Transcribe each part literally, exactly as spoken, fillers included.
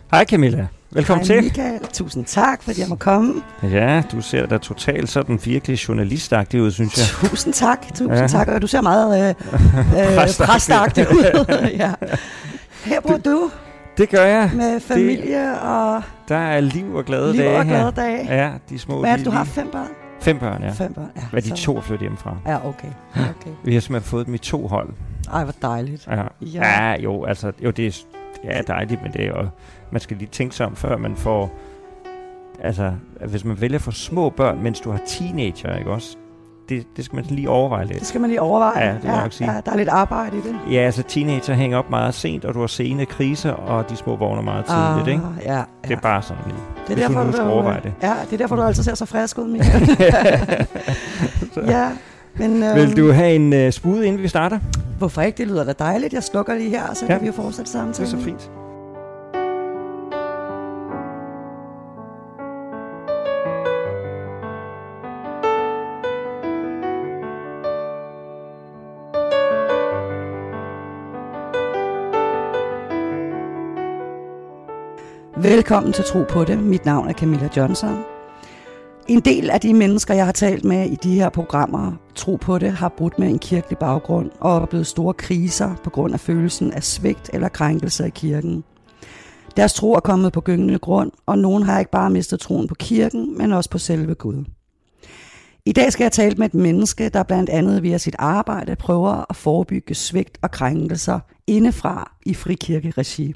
Hej Camilla, velkommen Hej, til. Michael. Tusind tak, fordi jeg må komme. Ja, du ser da totalt sådan virkelig journalistagtig ud, synes jeg. Tusind tak, tusind ja. tak, og du ser meget øh, øh, præstagtig ud. ja. Her bor du. Det gør jeg. Med familie det, og... Der er liv og glade liv dage og glade her. dage. Ja, de små. Hvad er det, du har? Fem børn? Fem børn, ja. Fem børn, ja. Hvad de to flyttet hjemmefra. Ja, okay. okay. Vi har simpelthen fået dem i to hold. Ej, hvor dejligt. Ja, ja. ja jo, altså, jo, det er, ja, dejligt, men det er jo, man skal lige tænke sig om, før man får, altså, hvis man vælger for små børn, mens du har teenager, ikke også? Det, det skal man lige overveje lidt. Det skal man lige overveje. Ja, det vil jeg nok sige. Ja, der er lidt arbejde i det. Ja, altså teenager hænger op meget sent, og du har sene kriser, og de små vågner meget tidligt, ah, ikke? Ja, ja. Det er bare sådan lige. Det er derfor, du, du overveje det. Ja, det er derfor, du altid ser så frisk ud, Michael. ja, men... Øhm, Vil du have en uh, spude, inden vi starter? Hvorfor ikke? Det lyder da dejligt. Jeg slukker lige her, så ja. kan vi jo fortsætte samtalen. Det er så fint. Velkommen til Tro på det. Mit navn er Camilla Johnson. En del af de mennesker, jeg har talt med i de her programmer, Tro på det, har brudt med en kirkelig baggrund og er oplevet store kriser på grund af følelsen af svigt eller krænkelser i kirken. Deres tro er kommet på gyngende grund, og nogen har ikke bare mistet troen på kirken, men også på selve Gud. I dag skal jeg tale med et menneske, der blandt andet via sit arbejde prøver at forebygge svigt og krænkelser indefra i frikirkeregi.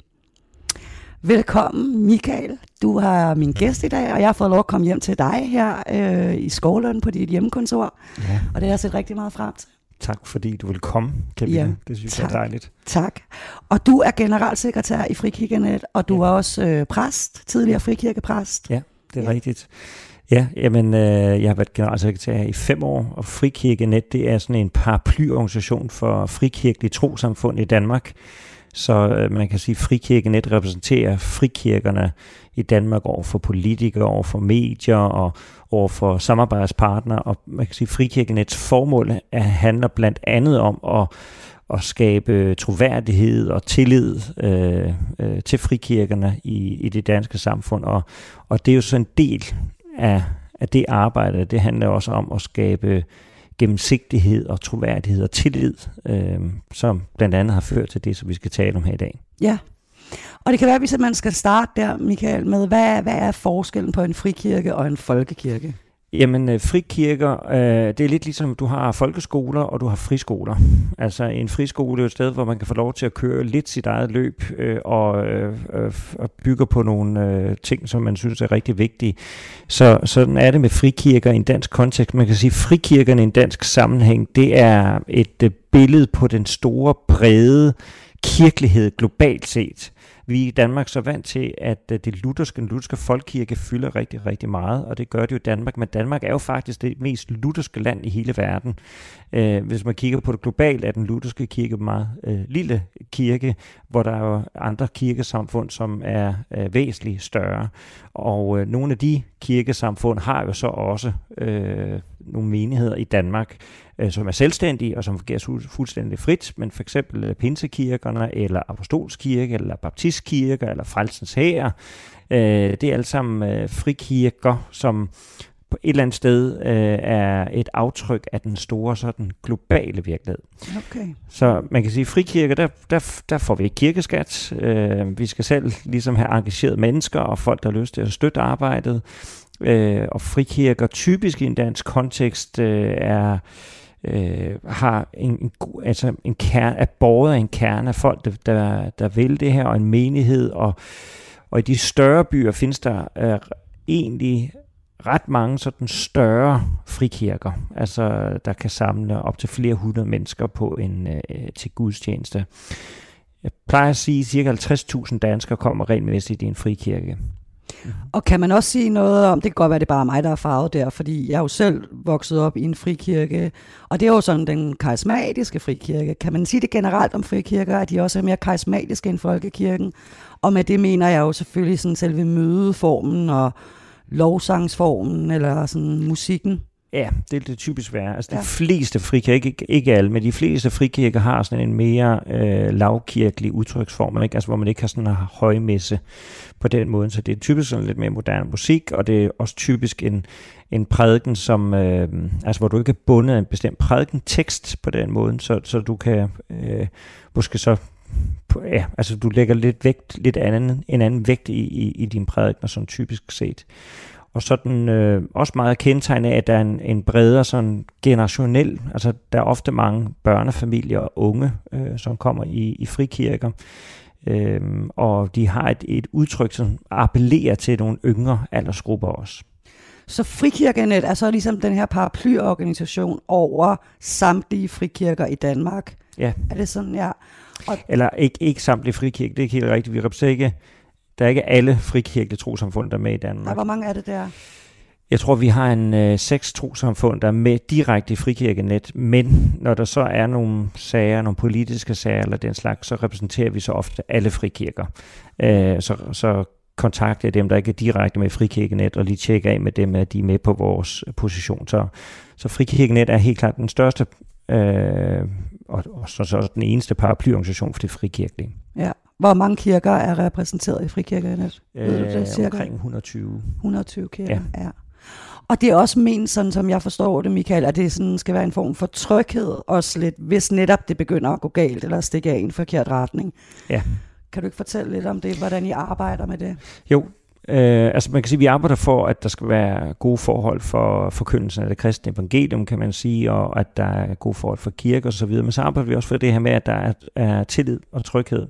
Velkommen, Michael. Du har min gæst i dag, og jeg har fået lov at komme hjem til dig her øh, i Skovlund på dit hjemmekontor. Ja. Og det har jeg set rigtig meget frem til. Tak fordi du vil komme, Camilla. Ja, det synes tak, jeg er dejligt. Tak. Og du er generalsekretær i Frikirkenet, og du ja. er også øh, præst, tidligere frikirkepræst. Ja, det er ja. rigtigt. Ja, jamen, øh, jeg har været generalsekretær i fem år, og Frikirkenet, det er sådan en paraplyorganisation for frikirkelige trosamfund i Danmark. Så øh, man kan sige, at Frikirkenet repræsenterer frikirkerne i Danmark over for politikere, over for medier og over for samarbejdspartnere. Og man kan sige, at Frikirkenets formål er, handler blandt andet om at, at skabe troværdighed og tillid øh, øh, til frikirkerne i, i det danske samfund. Og, og det er jo så en del af, af det arbejde. Det handler også om at skabe gennemsigtighed og troværdighed og tillid, øh, som blandt andet har ført til det, som vi skal tale om her i dag. Ja, og det kan være, at vi simpelthen skal starte der, Michael, med, hvad, hvad er forskellen på en frikirke og en folkekirke? Jamen, frikirker, øh, det er lidt ligesom, du har folkeskoler, og du har friskoler. Altså, en friskole er et sted, hvor man kan få lov til at køre lidt sit eget løb, øh, og, øh, og bygger på nogle øh, ting, som man synes er rigtig vigtige. Så sådan er det med frikirker i en dansk kontekst. Man kan sige, at frikirkerne i en dansk sammenhæng, det er et øh, billede på den store, brede kirkelighed globalt set. Vi er i Danmark så vant til, at det lutherske, den lutherske folkekirke fylder rigtig, rigtig meget, og det gør det jo i Danmark, men Danmark er jo faktisk det mest lutherske land i hele verden. Øh, hvis man kigger på det globalt, er den lutherske kirke meget øh, lille kirke, hvor der er jo andre kirkesamfund, som er øh, væsentligt større. Og øh, nogle af de kirkesamfund har jo så også øh, nogle menigheder i Danmark, øh, som er selvstændige og som fungerer fuldstændig frit, men for eksempel pinsekirkerne, eller apostolskirke, eller baptistkirker, eller frelsens hær. Øh, det er alle sammen øh, frikirker, som på et eller andet sted øh, er et aftryk af den store sådan globale virkelighed. Okay. Så man kan sige, at frikirker, der, der, der får vi ikke kirkeskat. Øh, vi skal selv ligesom have engageret mennesker og folk, der har lyst til at støtte arbejdet. Øh, og frikirker typisk i en dansk kontekst øh, er øh, har en, en, altså en kerne, er båret af en kerne af folk, der, der, der vil det her, og en menighed. Og, og i de større byer findes der øh, egentlig ret mange sådan større frikirker, altså der kan samle op til flere hundrede mennesker på en øh, til gudstjeneste. Jeg plejer at sige, at cirka halvtreds tusind danskere kommer regelmæssigt i en frikirke. Og kan man også sige noget om, det kan godt være, det er bare mig, der er farvet der, fordi jeg er jo selv vokset op i en frikirke, og det er jo sådan den karismatiske frikirke. Kan man sige det generelt om frikirker, at de også er mere karismatiske end folkekirken? Og med det mener jeg jo selvfølgelig sådan selve mødeformen og lovsangsformen eller sådan musikken. Ja, det er det typisk være. Altså ja. De fleste frikirker, ikke, ikke alle, men de fleste frikirker har sådan en mere øh, lavkirkelig udtryksform, ikke? Altså hvor man ikke har sådan en højmesse på den måde. Så det er typisk sådan lidt mere moderne musik, og det er også typisk en, en prædiken, som, øh, altså hvor du ikke er bundet af en bestemt prædikentekst på den måde, så, så du kan øh, måske så ja, altså du lægger lidt vægt, lidt anden, en anden vægt i, i, i din prædiken, sådan typisk set. Og sådan øh, også meget kendetegnet af, at der er en, en bredere sådan generationel, altså der er ofte mange børnefamilier og unge, øh, som kommer i, i frikirker, øh, og de har et, et udtryk, som appellerer til nogle yngre aldersgrupper også. Så Frikirkenet er så ligesom den her paraplyorganisation over samtlige frikirker i Danmark? Ja. Er det sådan, ja? Og Eller ikke, ikke samtlige frikirker, det er ikke helt rigtigt. Vi repræsenterer ikke, der er ikke alle frikirkelige trossamfund, der er med i Danmark. Og hvor mange er det der? Jeg tror, vi har en øh, seks trossamfund, der er med direkte i Frikirkenet, men når der så er nogle sager, nogle politiske sager eller den slags, så repræsenterer vi så ofte alle frikirker. Øh, så, så kontakter jeg dem, der ikke er direkte med i Frikirkenet, og lige tjekker af med dem, at de er med på vores position. Så, så Frikirkenet er helt klart den største, øh, og, og så, så den eneste paraplyorganisation for det frikirkelige. Ja. Hvor mange kirker er repræsenteret i Frikirkenet? Øh, det, omkring et hundrede og tyve. et hundrede og tyve kirker, ja. ja. Og det er også ment, sådan som jeg forstår det, Michael, at det sådan skal være en form for tryghed, også lidt, hvis netop det begynder at gå galt, eller stikke af i en forkert retning. Ja. Kan du ikke fortælle lidt om det, hvordan I arbejder med det? Jo, øh, altså man kan sige, at vi arbejder for, at der skal være gode forhold for forkyndelsen af det kristne evangelium, kan man sige, og at der er gode forhold for kirker og så videre. Men så arbejder vi også for det her med, at der er, er tillid og tryghed.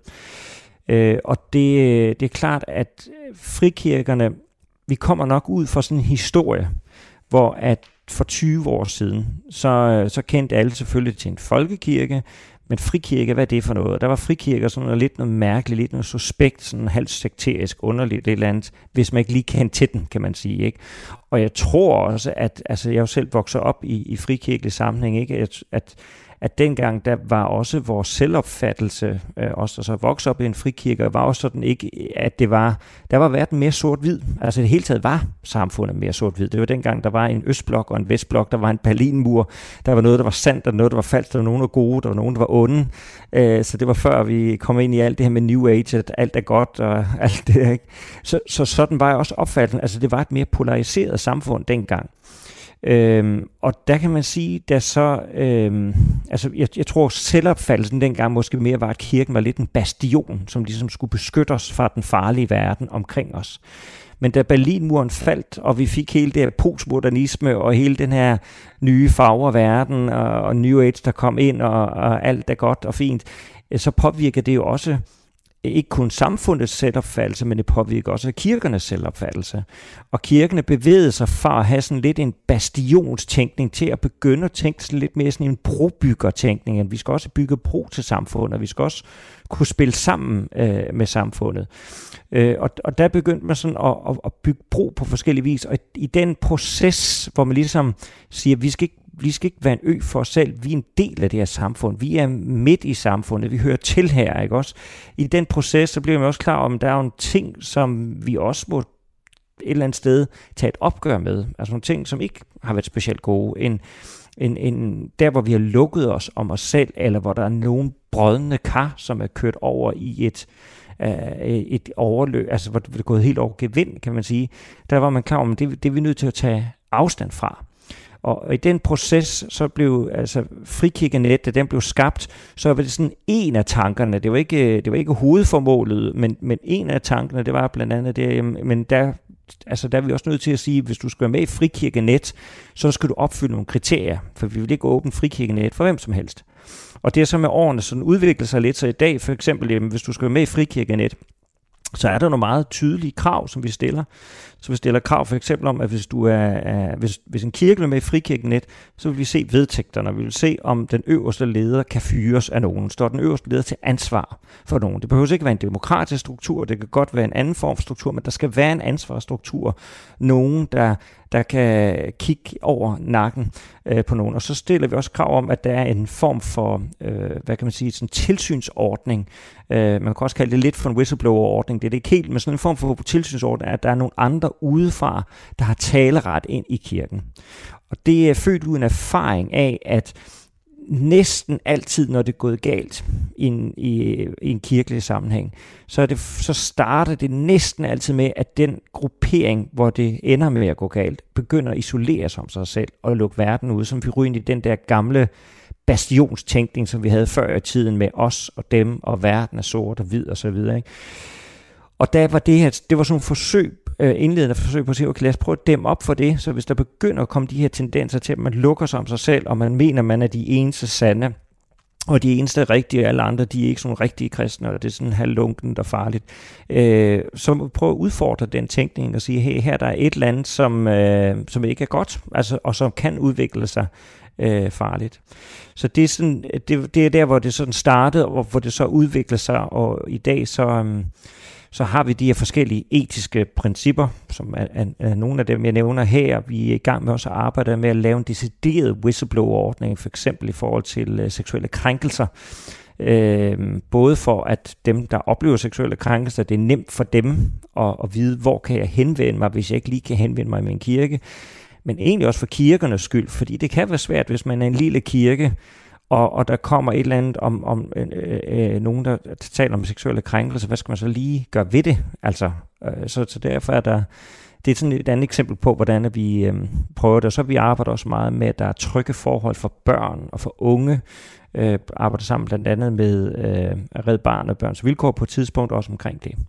Øh, og det, det er klart, at frikirkerne, vi kommer nok ud fra sådan en historie, hvor at for tyve år siden, så, så kendte alle selvfølgelig til en folkekirke, men frikirke, hvad er det for noget? Der var frikirker sådan noget, lidt noget mærkeligt, lidt noget suspekt, sådan halvt sekterisk, underligt et eller andet, hvis man ikke lige kendte til den, kan man sige, ikke? Og jeg tror også, at altså, jeg jo selv vokset op i, i frikirkelig sammenhæng, ikke? At, at at dengang, der var også vores selvopfattelse, øh, også der så voksede op i en frikirke, var også sådan ikke, at det var, der var verden mere sort-hvid. Altså det hele taget var samfundet mere sort-hvid. Det var dengang, der var en østblok og en vestblok, der var en Berlinmur, der var noget, der var sandt, og noget, der var falsk, der var nogen, der var gode, der var nogen, der var onde. Øh, så det var før, vi kom ind i alt det her med New Age, at alt er godt og alt det, ikke? Så, så sådan var jeg også opfattelsen. Altså det var et mere polariseret samfund dengang. Øhm, og der kan man sige, der så, øhm, altså jeg, jeg tror selvopfattelsen dengang måske mere var, at kirken var lidt en bastion, som ligesom skulle beskytte os fra den farlige verden omkring os. Men da Berlinmuren faldt, og vi fik hele det her postmodernisme og hele den her nye farververden og, og New Age, der kom ind, og, og alt er godt og fint, så påvirker det jo også ikke kun samfundets selvopfattelse, men det påvirker også kirkernes selvopfattelse. Og kirkerne bevægede sig fra at have sådan lidt en bastionstænkning til at begynde at tænke sådan lidt mere sådan en brobyggertænkning. Vi skal også bygge bro til samfundet, og vi skal også kunne spille sammen øh, med samfundet. Øh, og, og der begyndte man sådan at, at, at bygge bro på forskellige vis. Og i, i den proces, hvor man ligesom siger, at vi skal ikke Vi skal ikke være en ø for os selv. Vi er en del af det her samfund. Vi er midt i samfundet. Vi hører til her, ikke også? I den proces, så bliver man også klar om, at der er en ting, som vi også må et eller andet sted tage et opgør med. Altså nogle ting, som ikke har været specielt gode. En, en, en, der, hvor vi har lukket os om os selv, eller hvor der er nogle brødende kar, som er kørt over i et et overløb, altså hvor det er gået helt over gevind, kan man sige. Der var man klar om, at det, det er vi nødt til at tage afstand fra. Og i den proces, så blev altså Frikirkenet, da den blev skabt, så var det sådan en af tankerne. Det var ikke, det var ikke hovedformålet, men, men en af tankerne, det var blandt andet det, men der, altså der er vi også nødt til at sige, at hvis du skal være med i Frikirkenet, så skal du opfylde nogle kriterier, for vi vil ikke åbne Frikirkenet for hvem som helst. Og det er så med årene sådan udviklet sig lidt, så i dag for eksempel, jamen, hvis du skal være med i Frikirkenet, så er der nogle meget tydelige krav, som vi stiller. Så vi stiller krav for eksempel om, at hvis, du er, er, hvis, hvis en kirke er med i Frikirkenet, så vil vi se vedtægterne. Vi vil se, om den øverste leder kan fyres af nogen. Står den øverste leder til ansvar for nogen? Det behøver ikke være en demokratisk struktur, det kan godt være en anden form for struktur, men der skal være en ansvarsstruktur. Nogen, der, der kan kigge over nakken øh, på nogen. Og så stiller vi også krav om, at der er en form for, øh, hvad kan man sige, sådan en tilsynsordning. Øh, man kan også kalde det lidt for en whistleblower-ordning. Det er det ikke helt, men sådan en form for tilsynsordning, at der er nogle andre udefra, der har taleret ind i kirken. Og det er født uden erfaring af, at næsten altid, når det er gået galt i en, i, i en kirkelig sammenhæng, så, er det, så starter det næsten altid med, at den gruppering, hvor det ender med at gå galt, begynder at isolere sig om sig selv og lukke verden ud, som vi ryger ind i den der gamle bastionstænkning, som vi havde før i tiden med os og dem, og verden er sort og hvid og så videre. Ikke? Og der var det her, det var sådan nogle forsøg, indledende forsøg på at sige, okay, lad os prøve at dæmme op for det, så hvis der begynder at komme de her tendenser til, at man lukker sig om sig selv, og man mener, man er de eneste sande, og de eneste rigtige, alle andre, de er ikke sådan rigtige kristne, og det er sådan halvlunkent og farligt, øh, så må vi prøve at udfordre den tænkning og sige, hey, her der er et land, som, øh, som ikke er godt, altså, og som kan udvikle sig øh, farligt. Så det er, sådan, det, det er der, hvor det sådan startede, og hvor det så udvikler sig, og i dag så... Øh, så har vi de her forskellige etiske principper, som er, er, er nogle af dem, jeg nævner her. Vi er i gang med også at arbejde med at lave en decideret whistleblower-ordning, for eksempel i forhold til uh, seksuelle krænkelser. Øh, både for, at dem, der oplever seksuelle krænkelser, det er nemt for dem at, at vide, hvor kan jeg henvende mig, hvis jeg ikke lige kan henvende mig i min kirke. Men egentlig også for kirkernes skyld, fordi det kan være svært, hvis man er en lille kirke, Og, og der kommer et eller andet om, om øh, øh, nogen, der taler om seksuelle krænkelser, hvad skal man så lige gøre ved det? Altså, øh, så, så derfor er der, det er sådan et andet eksempel på, hvordan vi øh, prøver det. Og så vi arbejder også meget med, at der er trygge forhold for børn og for unge. Øh, arbejder sammen blandt andet med øh, Red Barnet og Børns Vilkår på et tidspunkt også omkring det.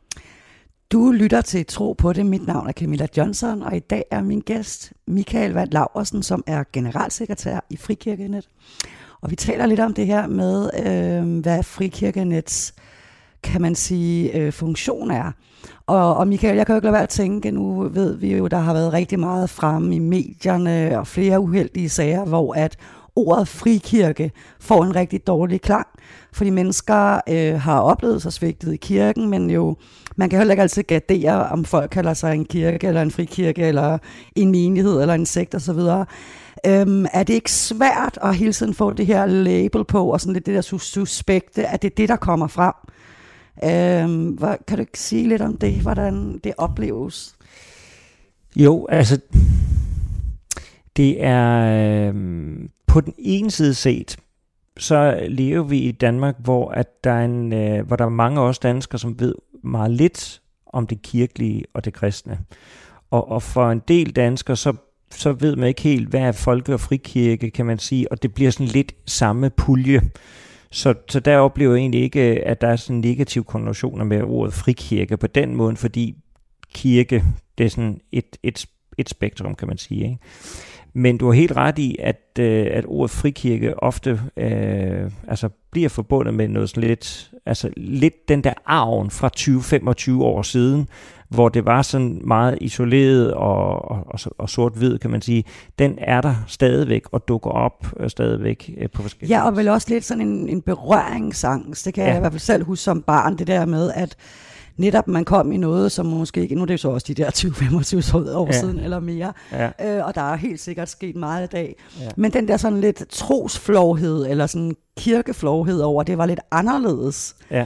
Du lytter til Tro på det. Mit navn er Camilla Johnson, og i dag er min gæst Michael Wandt Laursen, som er generalsekretær i Frikirkenet. Og vi taler lidt om det her med, øh, hvad Frikirkenets, kan man sige, øh, funktion er. Og, og Michael, jeg kan jo ikke lade være at tænke, nu ved vi jo, der har været rigtig meget fremme i medierne og flere uheldige sager, hvor at ordet frikirke får en rigtig dårlig klang, fordi mennesker øh, har oplevet sig svigtet i kirken, men jo, man kan heller ikke altid gardere, om folk kalder sig en kirke, eller en frikirke, eller en menighed, eller en sekt osv. Øhm, er det ikke svært at hele tiden få det her label på, og sådan lidt det der suspekte, at det er det, der kommer frem? Øhm, hvad, kan du ikke sige lidt om det, hvordan det opleves? Jo, altså, det er øh, på den ene side set, så lever vi i Danmark, hvor, at der, er en, øh, hvor der er mange af os danskere, som ved meget lidt om det kirkelige og det kristne. Og, og for en del danskere, så så ved man ikke helt, hvad er folke- og frikirke, kan man sige, og det bliver sådan lidt samme pulje. Så, så der oplever jeg egentlig ikke, at der er sådan negative konnotationer med ordet frikirke på den måde, fordi kirke, det er sådan et, et, et spektrum, kan man sige. Ikke? Men du har helt ret i, at, at ordet frikirke ofte øh, altså bliver forbundet med noget sådan lidt, altså lidt den der arven fra tyve til femogtyve år siden, hvor det var sådan meget isoleret og, og, og sort-hvid, kan man sige, den er der stadigvæk og dukker op stadigvæk på forskellige. Ja, og vel også lidt sådan en, en berøringsangst. Det kan ja. jeg i hvert fald selv huske som barn, det der med, at netop man kom i noget, som måske ikke, nu er det jo så også de der tyve til femogtyve år ja. siden eller mere, ja. øh, og der er helt sikkert sket meget i dag. Ja. Men den der sådan lidt trosflovhed, eller sådan kirkeflovhed over, det var lidt anderledes. Ja.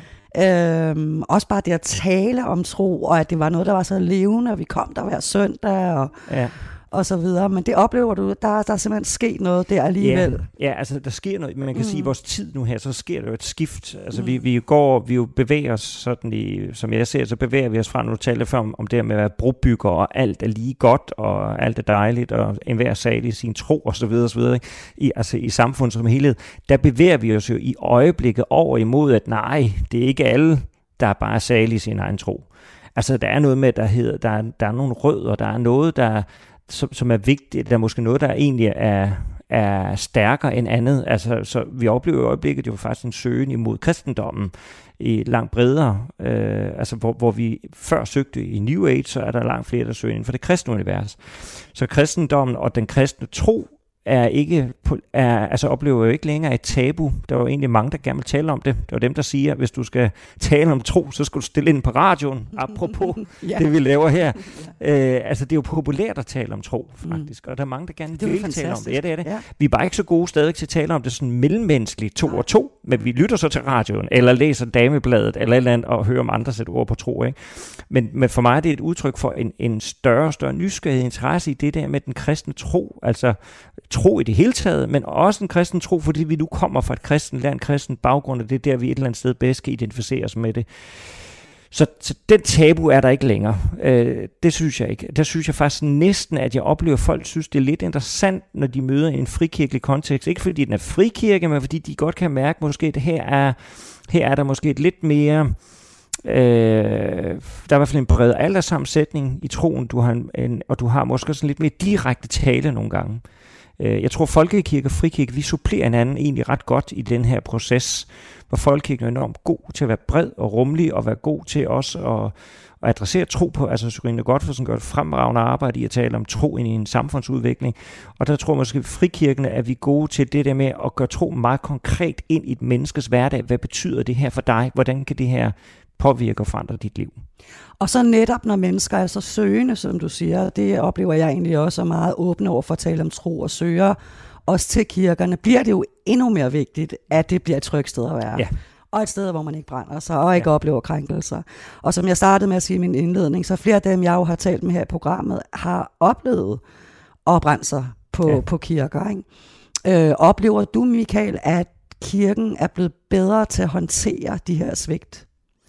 Øhm, også bare det at tale om tro, og at det var noget, der var så levende, og vi kom der hver søndag, og, ja. og så videre. Men det oplever du, der, der er simpelthen sket noget der alligevel. Ja, ja, altså der sker noget, men man kan mm. sige, at vores tid nu her, så sker der jo et skift. Altså mm. vi, vi går, vi jo bevæger os sådan i, som jeg ser, så bevæger vi os fra, nu taler før om, om det med at være brobygger, og alt er lige godt, og alt er dejligt, og enhver sag i sin tro, og så videre, og så videre. I, altså i samfundet som helhed, der bevæger vi os jo i øjeblikket over imod, at nej, det er ikke alle, der er bare salige i sin egen tro. Altså der er noget med, der hedder, der er, der er nogle rødder, der er noget, der Som, som er vigtigt, der er måske noget, der egentlig er, er stærkere end andet. Altså, så vi oplever i øjeblikket jo faktisk en søgen imod kristendommen i langt bredere. Øh, altså, hvor, hvor vi før søgte i New Age, så er der langt flere, der søger inden for det kristne univers. Så kristendommen og den kristne tro er ikke, er, altså oplever jo ikke længere et tabu. Der var jo egentlig mange, der gerne vil tale om det. Det var dem, der siger, at hvis du skal tale om tro, så skal du stille ind på radioen, apropos ja. det, vi laver her. Ja. Øh, altså, det er jo populært at tale om tro, faktisk. Mm. Og der er mange, der gerne vil tale om det. Ja, det er det. Ja. Vi er bare ikke så gode stadig til at tale om det sådan mellemmenneskeligt, to og to, men vi lytter så til radioen, eller læser Damebladet, eller et eller andet, og hører om andre sætte ord på tro, ikke? Men, men for mig er det et udtryk for en, en større større nysgerrighed, interesse i det der med den kristne tro, altså tro i det hele taget, men også en kristen tro, fordi vi nu kommer fra et kristen land, en kristen baggrund, og det er der, vi et eller andet sted bedst skal identificere os med det. Så, så den tabu er der ikke længere. Øh, det synes jeg ikke. Der synes jeg faktisk næsten, at jeg oplever, at folk synes, det er lidt interessant, når de møder en frikirkelig kontekst. Ikke fordi den er frikirke, men fordi de godt kan mærke, måske, at her er, her er der måske et lidt mere... Øh, der er i hvert fald en bred alderssammensætning i troen, du har en, en, og du har måske sådan lidt mere direkte tale nogle gange. Øh, jeg tror, folkekirke og frikirke, vi supplerer hinanden egentlig ret godt i den her proces, hvor folkekirken er enormt god til at være bred og rummelig, og være god til også at, at adressere tro på. Altså Sørine Godtfredsen gør et fremragende arbejde i at tale om tro ind i en samfundsudvikling, og der tror jeg måske, at frikirkene er vi gode til det der med at gøre tro meget konkret ind i et menneskes hverdag. Hvad betyder det her for dig? Hvordan kan det her påvirke og forandre dit liv? Og så netop, når mennesker er så søgende, som du siger, det oplever jeg egentlig også er meget åbne over for at tale om tro og søger også til kirkerne, bliver det jo endnu mere vigtigt, at det bliver et trygt sted at være. Ja. Og et sted, hvor man ikke brænder sig og ikke ja. oplever krænkelser. Og som jeg startede med at sige i min indledning, så flere af dem, jeg jo har talt med her i programmet, har oplevet at brænde sig på, ja. på kirker. Ikke? Øh, oplever du, Michael, at kirken er blevet bedre til at håndtere de her svigt?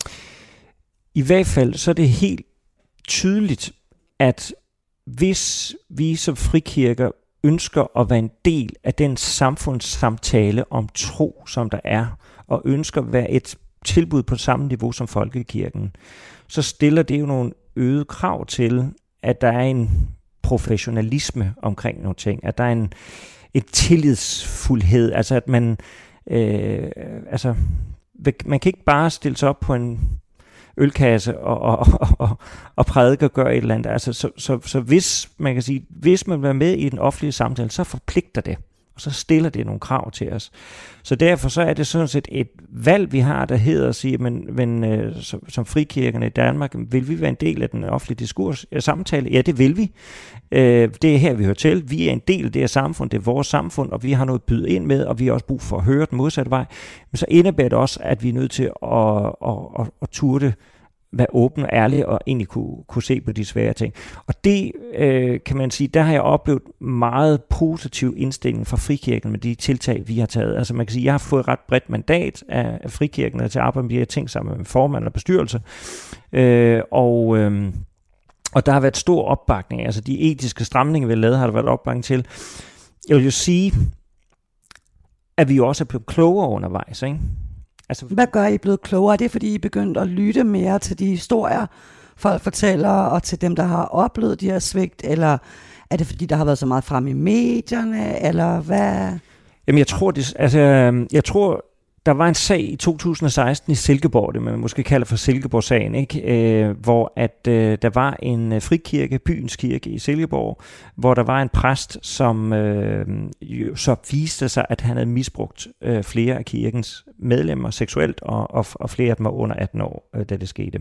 I hvert fald så er det helt tydeligt, at hvis vi som frikirker ønsker at være en del af den samfundssamtale om tro, som der er, og ønsker at være et tilbud på samme niveau som folkekirken, så stiller det jo nogle øgede krav til, at der er en professionalisme omkring nogle ting, at der er en, en tillidsfuldhed, altså at man, øh, altså, man kan ikke bare stille sig op på en ølkasse og, og, og, og, og prædike og gøre et eller andet. Altså, så, så, så hvis man kan sige, hvis man vil være med i den offentlige samtale, så forpligter det, og så stiller det nogle krav til os. Så derfor så er det sådan set et valg, vi har, der hedder at sige, men, men øh, som, som frikirkerne i Danmark, vil vi være en del af den offentlige diskurs, øh, samtale? Ja, det vil vi. Øh, det er her, vi hører til. Vi er en del af det her samfund, det er vores samfund, og vi har noget at byde ind med, og vi har også brug for at høre den modsatte vej. Men så indebærer det også, at vi er nødt til at, at, at, at turde være åben og ærlig og egentlig kunne, kunne se på de svære ting. Og det øh, kan man sige, der har jeg oplevet meget positiv indstilling fra frikirken med de tiltag, vi har taget. Altså man kan sige, jeg har fået et ret bredt mandat af, af frikirken til at arbejde med de her ting sammen med formand og bestyrelse. Øh, og, øh, og der har været stor opbakning. Altså de etiske stramninger, vi har lavet, har der været opbakning til. Jeg vil jo sige, at vi også er blevet klogere undervejs, ikke? Altså, hvad gør I blevet klogere? Er det, fordi I er begyndt at lytte mere til de historier, folk fortæller, og til dem, der har oplevet de her svigt? Eller er det, fordi der har været så meget frem i medierne? Eller hvad? Jamen, jeg tror, det, altså, jeg tror, der var en sag i to tusind og seksten i Silkeborg, det man måske kalder for Silkeborg-sagen, ikke? Øh, hvor at øh, der var en frikirke, byens kirke i Silkeborg, hvor der var en præst, som øh, jo, så viste sig, at han havde misbrugt øh, flere af kirkens medlemmer seksuelt, og, og, og flere af dem var under atten år, øh, da det skete.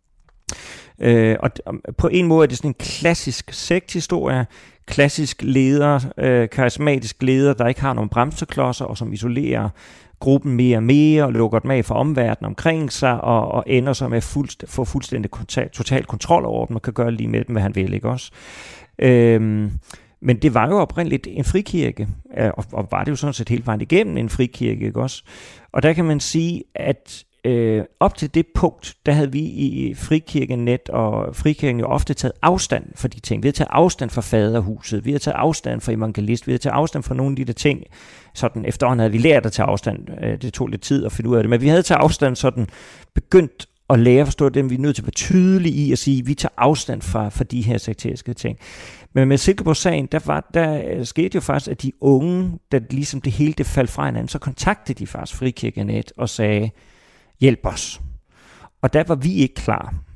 Øh, og på en måde er det sådan en klassisk sekthistorie, klassisk leder, øh, karismatisk leder, der ikke har nogen bremseklodser, og som isolerer gruppen mere og mere, og lukker dem af for omverdenen omkring sig, og, og ender så med at fuldst- få fuldstændig kontal, total kontrol over dem, og kan gøre lige med dem, hvad han vil, ikke også? Øhm, men det var jo oprindeligt en frikirke, og, og var det jo sådan set helt vejen igennem en frikirke, ikke også? Og der kan man sige, at øh, op til det punkt, der havde vi i Frikirkenet og Frikirken jo ofte taget afstand for de ting. Vi har taget afstand fra faderhuset, vi har taget afstand fra evangelist, vi har taget afstand fra nogle af de der ting. Sådan efterhånden havde vi lært at tage afstand. Det tog lidt tid at finde ud af det, men vi havde taget afstand sådan, begyndt at lære at forstå dem. Vi er nødt til at være tydelige i at sige, at vi tager afstand fra, fra de her sekteriske ting. Men med Silkeborg-sagen, der, var, der skete jo faktisk, at de unge, da ligesom det hele det faldt fra hinanden, så kontaktede de faktisk Frikirkenet og sagde, hjælp os. Og der var vi ikke klar.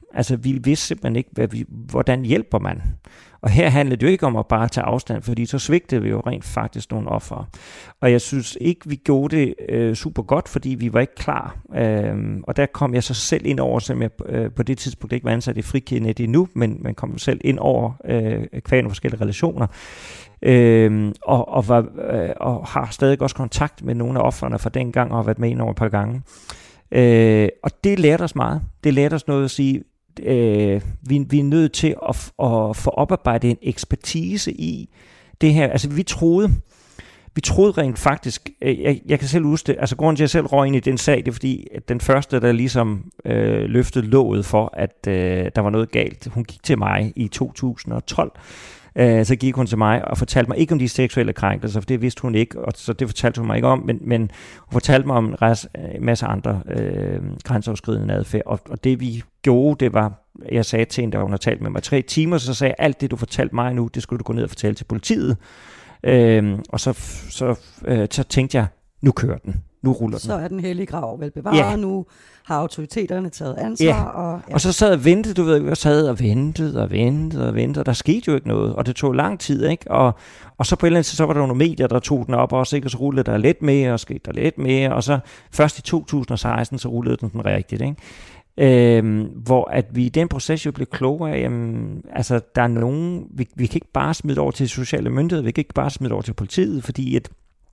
Altså, vi vidste simpelthen ikke, hvad vi, hvordan hjælper man. Og her handlede det jo ikke om at bare tage afstand, fordi så svigtede vi jo rent faktisk nogle ofre. Og jeg synes ikke, vi gjorde det øh, super godt, fordi vi var ikke klar. Øhm, og der kom jeg så selv ind over, som jeg øh, på det tidspunkt ikke var ansat i Frikirkenet endnu, men man kom selv ind over øh, kvæg nogle forskellige relationer. Øhm, og, og, var, øh, og har stadig også kontakt med nogle af ofrene fra dengang, og har været med ind over et par gange. Øh, og det lærte os meget. Det lærte os noget at sige, øh, vi, vi er nødt til at, at få oparbejdet en ekspertise i det her. Altså vi troede, vi troede rent faktisk, jeg, jeg kan selv huske det, altså grunden til at jeg selv røg ind i den sag, det er fordi, at den første, der ligesom øh, løftede låget for, at øh, der var noget galt, hun gik til mig i to tusind og tolv. Uh, så gik hun til mig og fortalte mig ikke om de seksuelle krænkelser, for det vidste hun ikke, og så det fortalte hun mig ikke om, men, men hun fortalte mig om en, res, en masse andre øh, grænseoverskridende adfærd, og, og det vi gjorde, det var, jeg sagde til hende, da hun har talt med mig tre timer, så sagde jeg, alt det du fortalte mig nu, det skulle du gå ned og fortælle til politiet, uh, og så, så, uh, så tænkte jeg, nu kører den. Nu ruller den. Så er den hellige grav vel bevaret, ja. Nu har autoriteterne taget ansvar. Ja. Og, ja. og så sad og ventede, du ved, jeg sad og ventede og ventede og ventede, og der skete jo ikke noget, og det tog lang tid, ikke? Og, og så på et eller andet tid, så var der nogle medier, der tog den op også, ikke? Og så rullede der lidt mere, og skete der lidt mere, og så først i to tusind og seksten, så rullede den den rigtigt, ikke? Øhm, hvor at vi i den proces jo blev klogere af, jamen, altså der er nogen, vi, vi kan ikke bare smide over til sociale myndigheder, vi kan ikke bare smide over til politiet, fordi at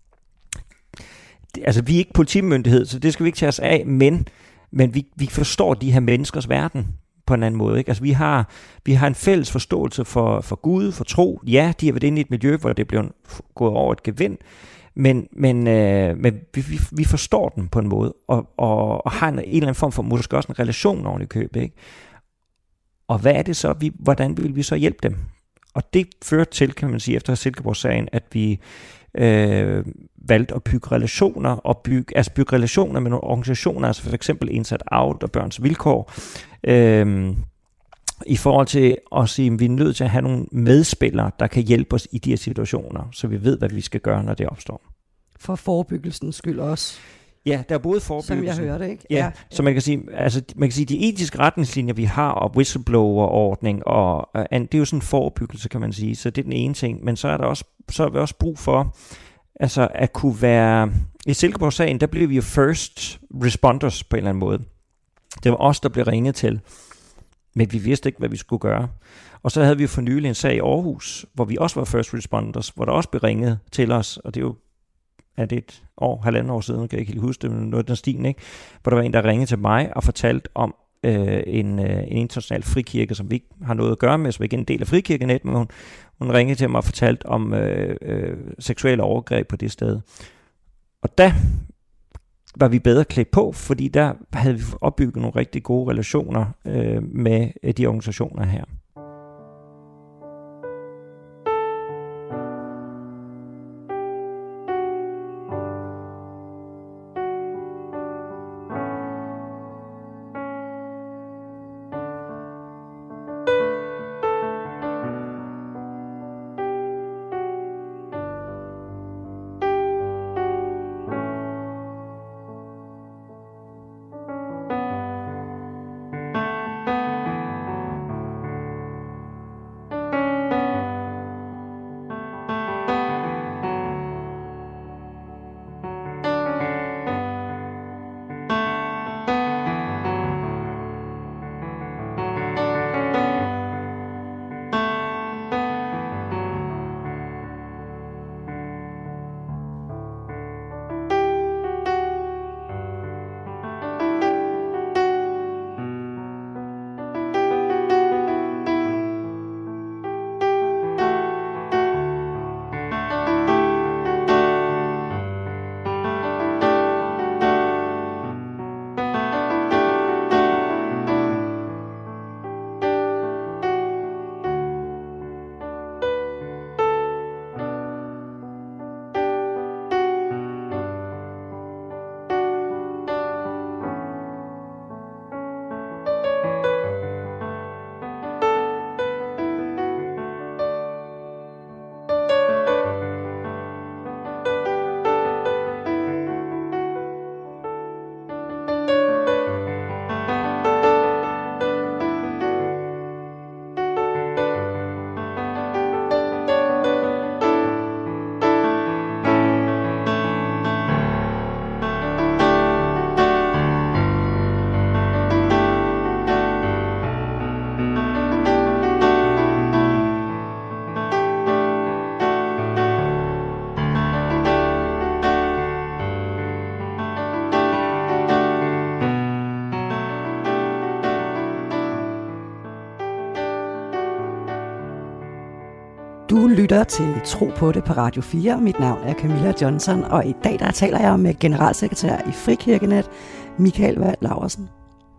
altså vi er ikke politimyndighed, så det skal vi ikke tage os af, men, men vi, vi forstår de her menneskers verden på en anden måde. Ikke? Altså vi har, vi har en fælles forståelse for, for Gud, for tro. Ja, de har været inde i et miljø, hvor det er blevet gået over et gevind, men, men, øh, men vi, vi, vi forstår den på en måde, og, og, og har en, en eller anden form for måske også en relation oven i købet. Ikke? Og hvad er det så? Vi, hvordan vil vi så hjælpe dem? Og det førte til, kan man sige, efter Silkeborg-sagen, at vi øh, valgte at bygge relationer, og bygge, altså bygge relationer med nogle organisationer, altså for eksempel Inside Out og Børns Vilkår, øh, i forhold til at sige, at vi er nødt til at have nogle medspillere, der kan hjælpe os i de her situationer, så vi ved, hvad vi skal gøre, når det opstår. For forebyggelsens skyld også. Ja, der er både forebyggelse. Som jeg hørte, ikke? Ja, ja. Så man kan sige, altså man kan sige, de etiske retningslinjer, vi har, og whistleblower-ordning, og, og det er jo sådan en forebyggelse, kan man sige. Så det er den ene ting. Men så er der også, så er vi også brug for, altså at kunne være, i Silkeborg-sagen, der blev vi jo first responders på en eller anden måde. Det var os, der blev ringet til, men vi vidste ikke, hvad vi skulle gøre. Og så havde vi jo for nylig en sag i Aarhus, hvor vi også var first responders, hvor der også blev ringet til os, og det er jo er det et år, halvandet år siden, kan jeg ikke helt huske det, men noget af den stil, ikke? Hvor der var en, der ringede til mig og fortalte om øh, en, øh, en international frikirke, som vi ikke har noget at gøre med, som ikke er en del af Frikirkenet, men hun, hun ringede til mig og fortalte om øh, øh, seksuelle overgreb på det sted. Og der var vi bedre klædt på, fordi der havde vi opbygget nogle rigtig gode relationer øh, med de organisationer her. Du lytter til Tro på det på Radio fire. Mit navn er Camilla Johnson, og i dag der taler jeg med generalsekretær i Frikirkenet, Michael Wald Laursen.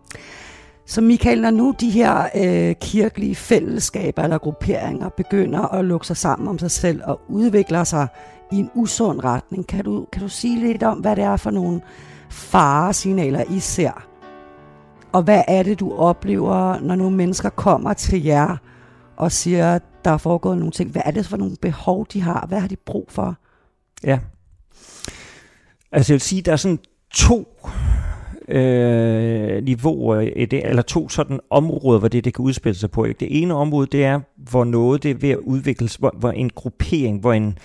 Så Michael, når nu de her øh, kirkelige fællesskaber eller grupperinger begynder at lukke sig sammen om sig selv og udvikler sig i en usund retning, kan du, kan du sige lidt om, hvad det er for nogle faresignaler, I ser? Og hvad er det, du oplever, når nogle mennesker kommer til jer og siger, at der er foregået nogle ting? Hvad er det for nogle behov, de har? Hvad har de brug for? Ja. Altså jeg vil sige, der er sådan to øh, niveauer i det, eller to sådan områder, hvor det, det kan udspille sig på. Det ene område, det er, hvor noget det er ved at udvikle sig, hvor, hvor en gruppering, hvor en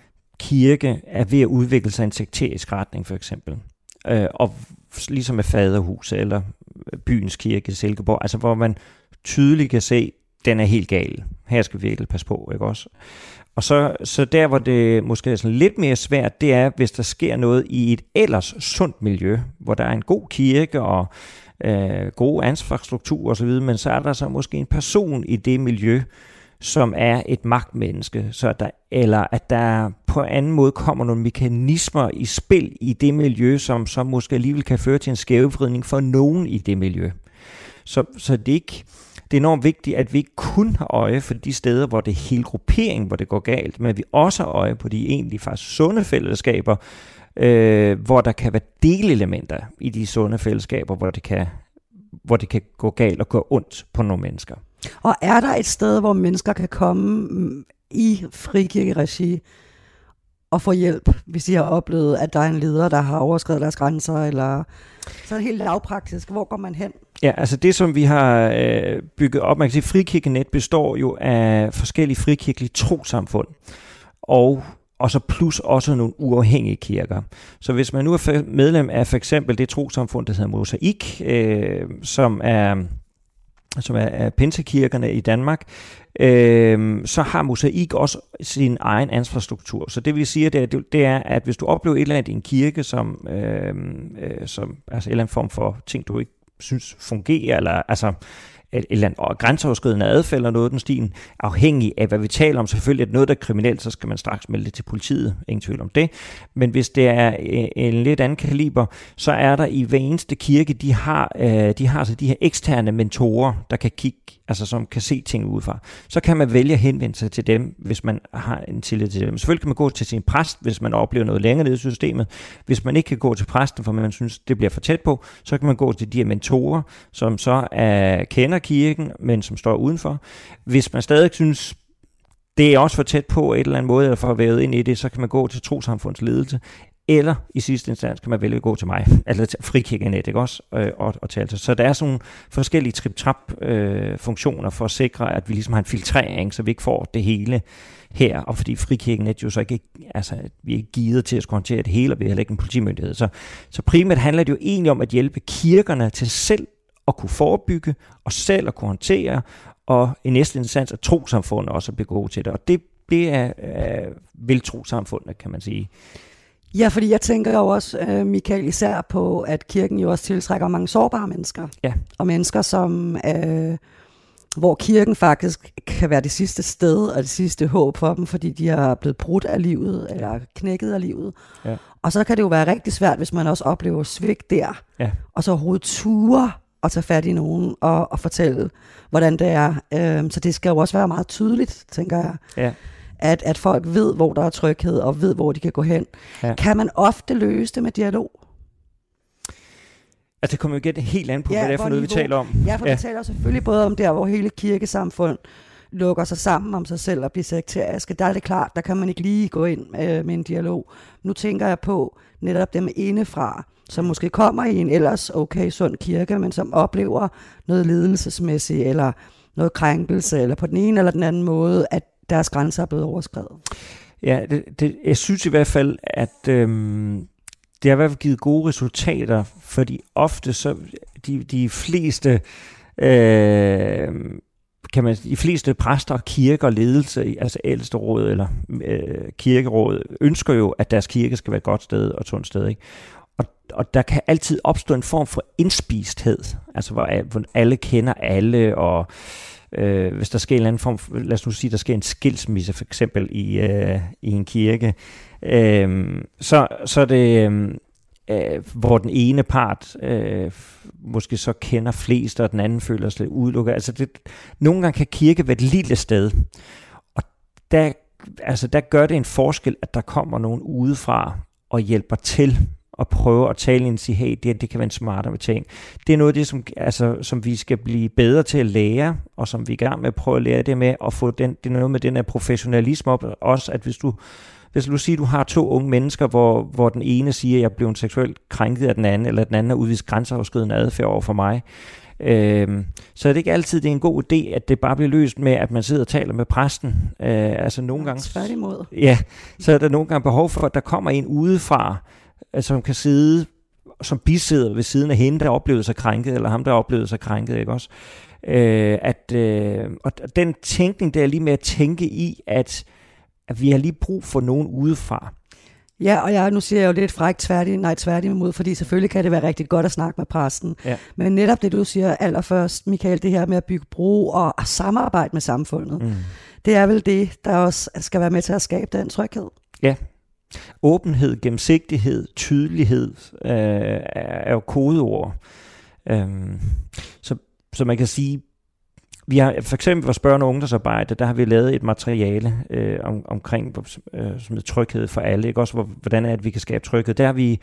kirke er ved at udvikle sig i en sekterisk retning, for eksempel. Øh, og ligesom med Faderhuset eller byens kirke, Silkeborg, altså hvor man tydeligt kan se, den er helt gal. Her skal vi virkelig passe på, ikke også? Og så, så der, hvor det måske er sådan lidt mere svært, det er, hvis der sker noget i et ellers sundt miljø, hvor der er en god kirke og øh, god infrastruktur osv., men så er der så måske en person i det miljø, som er et magtmenneske, så der, eller at der på en anden måde kommer nogle mekanismer i spil i det miljø, som, som måske alligevel kan føre til en skævvridning for nogen i det miljø. Så, så det, er ikke, det er enormt vigtigt, at vi ikke kun har øje for de steder, hvor det er hele grupperingen, hvor det går galt, men at vi også har øje på de egentlig faktisk sunde fællesskaber, øh, hvor der kan være delelementer i de sunde fællesskaber, hvor det kan, hvor det kan gå galt og gå ondt på nogle mennesker. Og er der et sted, hvor mennesker kan komme i frikirkeregi og få hjælp, hvis de har oplevet, at der er en leder, der har overskredet deres grænser, eller så er det helt lavpraktisk. Hvor går man hen? Ja, altså det, som vi har øh, bygget op, man kan sige, Frikirkenet består jo af forskellige frikirkelige trossamfund, og og så plus også nogle uafhængige kirker. Så hvis man nu er medlem af for eksempel det trossamfund, der hedder Mosaik, øh, som er som er, er pinsekirkerne i Danmark, øh, så har Mosaik også sin egen infrastruktur. Så det vil sige, det er, det er, at hvis du oplever et eller andet i en kirke, som, øh, øh, som altså en eller anden form for ting, du ikke synes fungerer, eller altså et eller andet grænseoverskridende adfærd eller noget af den stilen, afhængig af, hvad vi taler om. Selvfølgelig er det noget, der er kriminelt, så skal man straks melde det til politiet. Ingen tvivl om det. Men hvis det er en lidt anden kaliber, så er der i hver eneste kirke, de har, de har altså de her eksterne mentorer, der kan kigge, altså som kan se ting udefra. Så kan man vælge at henvende sig til dem, hvis man har en tillid til dem. Selvfølgelig kan man gå til sin præst, hvis man oplever noget længere nede i systemet. Hvis man ikke kan gå til præsten, for man synes, det bliver for tæt på, så kan man gå til de her mentorer, som så er kender kirken, men som står udenfor. Hvis man stadig synes, det er også for tæt på et eller andet måde, eller for at være ind i det, så kan man gå til trossamfundsledelse, eller i sidste instans kan man vælge at gå til mig, eller til Frikirkenet, ikke også, og, og tale til. Så der er sådan nogle forskellige trip-trap-funktioner øh, for at sikre, at vi ligesom har en filtrering, så vi ikke får det hele her, og fordi Frikirkenet jo så ikke, altså vi er ikke givet til at skulle håndtere det hele, og vi har heller ikke en politimyndighed. Så, så primært handler det jo egentlig om at hjælpe kirkerne til selv at kunne forebygge, og selv at kunne håndtere, og i næste instans at trossamfundet også bliver gode til det. Og det, det er øh, vel trossamfundet, kan man sige. Ja, fordi jeg tænker jo også, Michael, især på, at kirken jo også tiltrækker mange sårbare mennesker. Ja. Og mennesker, som, øh, hvor kirken faktisk kan være det sidste sted, og det sidste håb for dem, fordi de er blevet brudt af livet, eller knækket af livet. Ja. Og så kan det jo være rigtig svært, hvis man også oplever svigt der, ja. Og så overhovedet ture og tage fat i nogen og, og fortælle, hvordan det er. Øh, så det skal jo også være meget tydeligt, tænker jeg. Ja. At, at folk ved, hvor der er tryghed, og ved, hvor de kan gå hen. Ja. Kan man ofte løse det med dialog? Altså, det kommer jo igen helt an på, ja, hvad det er for noget, niveau. Vi taler om. Ja, for ja. Vi taler selvfølgelig både om der, hvor hele kirkesamfund lukker sig sammen om sig selv og bliver sekteriske. Der er det klart, der kan man ikke lige gå ind øh, med en dialog. Nu tænker jeg på netop dem indefra, som måske kommer i en ellers okay sund kirke, men som oplever noget ledelsesmæssigt, eller noget krænkelse, eller på den ene eller den anden måde, at deres grænser er blevet overskredet. Ja, det, det, jeg synes i hvert fald, at øhm, det har i hvert fald givet gode resultater, fordi ofte så de, de fleste øh, kan man, de fleste præster, kirker og ledelse, altså ældsteråd eller øh, kirkeråd, ønsker jo, at deres kirke skal være et godt sted og et sundt sted, ikke? Og, og der kan altid opstå en form for indspisthed, altså hvor, hvor alle kender alle, og øh, hvis der sker en eller anden form, lad os nu sige, der sker en skilsmisse for eksempel i, øh, i en kirke, øh, så, så er det, øh, hvor den ene part øh, måske så kender flest, og den anden føler sig udelukket. Altså det, nogle gange kan kirke være et lille sted, og der, altså der gør det en forskel, at der kommer nogen udefra og hjælper til og prøve at tale ind og sige, hey, det, det kan være en smartere ting. Det er noget af det, som, altså, som vi skal blive bedre til at lære, og som vi er i gang med at prøve at lære det med, og få den, det er noget med den her professionalisme op, også at hvis du, hvis du siger, du har to unge mennesker, hvor, hvor den ene siger, at jeg blev seksuelt krænket af den anden, eller den anden har udvist grænseoverskridende adfærd over for mig, Øhm, så er det ikke altid, det er en god idé, at det bare bliver løst med, at man sidder og taler med præsten. Øh, altså nogle gange, tværtimod. Ja, så er der nogle gange behov for, at der kommer en udefra, som kan sidde som bisidder ved siden af hende, der oplevede sig krænket, eller ham, der oplevede sig krænket, ikke også? Øh, at, øh, og den tænkning, der er lige med at tænke i, at, at vi har lige brug for nogen udefra. Ja, og jeg, nu siger jeg jo lidt frækt tværdig, nej tværtimod, fordi selvfølgelig kan det være rigtig godt at snakke med præsten. Ja. Men netop det, du siger allerførst, Michael, det her med at bygge bro og, og samarbejde med samfundet, mm. det er vel det, der også skal være med til at skabe den tryghed. Ja. Åbenhed, gennemsigtighed, tydelighed øh, er jo kodeord. Øhm, så, så man kan sige, vi har for eksempel vores børne- og ungdomsarbejde, der har vi lavet et materiale øh, om, omkring øh, som er tryghed for alle, ikke også, hvor, hvordan er det, at vi kan skabe tryghed. Der har vi,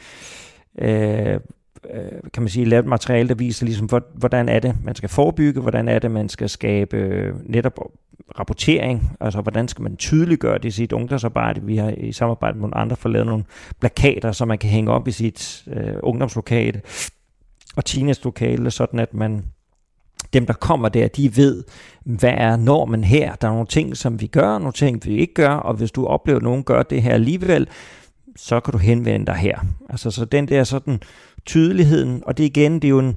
øh, kan man sige, lavet et materiale, der viser ligesom, hvordan er det, man skal forebygge, hvordan er det, man skal skabe øh, netop rapportering, altså hvordan skal man tydeliggøre det i sit ungdomsarbejde. Vi har i samarbejde med nogle andre fået lavet nogle plakater, som man kan hænge op i sit øh, ungdomslokale og teenage-lokale, sådan at man dem, der kommer der, de ved, hvad er normen her. Der er nogle ting, som vi gør, nogle ting, vi ikke gør, og hvis du oplever, at nogen gør det her alligevel, så kan du henvende dig her. Altså, så den der sådan tydeligheden, og det igen, det er jo en,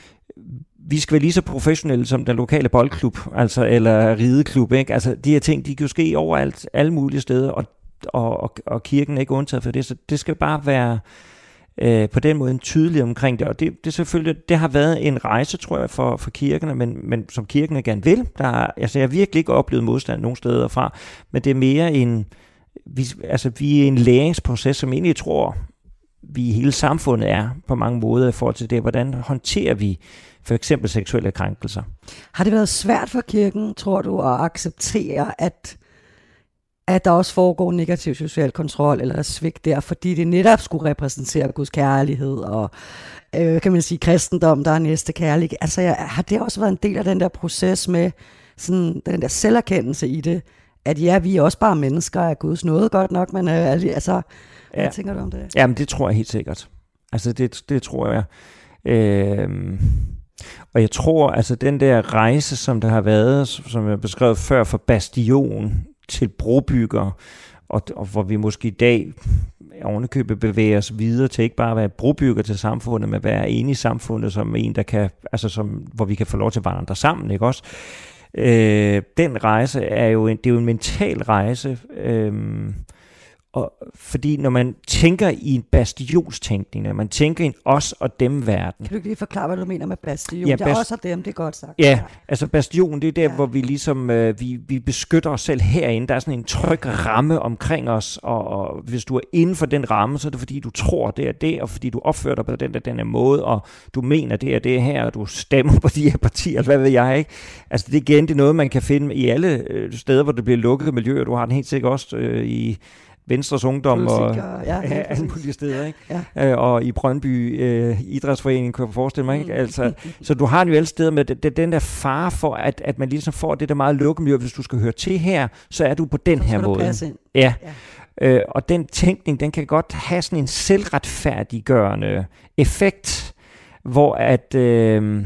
vi skal være lige så professionelle som den lokale boldklub, altså, eller rideklub, ikke? Altså, de her ting, de kan jo ske overalt, alle mulige steder, og, og, og, og kirken er ikke undtaget for det, så det skal bare være Øh, på den måde en tydelighed omkring det, og det, det selvfølgelig, det har været en rejse, tror jeg, for, for kirkerne, men, men som kirkerne gerne vil. Der er, altså, jeg har virkelig ikke oplevet modstand nogen steder fra, men det er mere en, vi, altså, vi er i en læringsproces, som egentlig tror, vi i hele samfundet er på mange måder i forhold til det. Hvordan håndterer vi for eksempel seksuelle krænkelser? Har det været svært for kirken, tror du, at acceptere, at at der også foregår negativ social kontrol eller svigt der, fordi det netop skulle repræsentere Guds kærlighed og, øh, kan man sige, kristendom, der er næste kærlighed. Altså, ja, har det også været en del af den der proces med sådan, den der selverkendelse i det, at ja, vi er også bare mennesker af Guds nåde godt nok, men øh, altså, hvad ja. tænker du om det? Jamen, det tror jeg helt sikkert. Altså, det, det tror jeg. Øh, og jeg tror, altså, den der rejse, som der har været, som jeg beskrev før, for Bastion til brobygger, og, og hvor vi måske i dag ovenikøbet bevæger os videre til ikke bare at være brobygger til samfundet, men være enige i samfundet som en, der kan, altså som, hvor vi kan få lov til at vandre sammen, ikke også? Øh, den rejse er jo en, det er jo en mental rejse, øh, og fordi når man tænker i en bastionstænkning, når man tænker i en os og dem verden. Kan du ikke lige forklare, hvad du mener med bastion? Ja, det er bas- os og dem, det er godt sagt. Ja, altså bastion, det er der, ja. hvor vi ligesom, øh, vi, vi beskytter os selv herinde. Der er sådan en tryg ramme omkring os, og, og hvis du er inden for den ramme, så er det fordi, du tror, det er det, og fordi du opfører dig på den der, den her måde, og du mener, det er det her, og du stemmer på de her partier, hvad ved jeg, ikke? Altså det igen, det er noget, man kan finde i alle øh, steder, hvor det bliver lukket miljøer. Du har den helt sikkert også øh, i Venstres Ungdom og, og ja, alle mulige steder, ikke? Ja. Øh, og i Brøndby øh, Idrætsforening, kan jeg forestille mig, ikke? Altså, så du har den jo alle steder med det, det, den der fare for, at, at man ligesom får det der meget lukkemiljø. Hvis du skal høre til her, så er du på den så her måde. Ja. ja. Øh, og den tænkning, den kan godt have sådan en selvretfærdiggørende effekt, hvor at øh,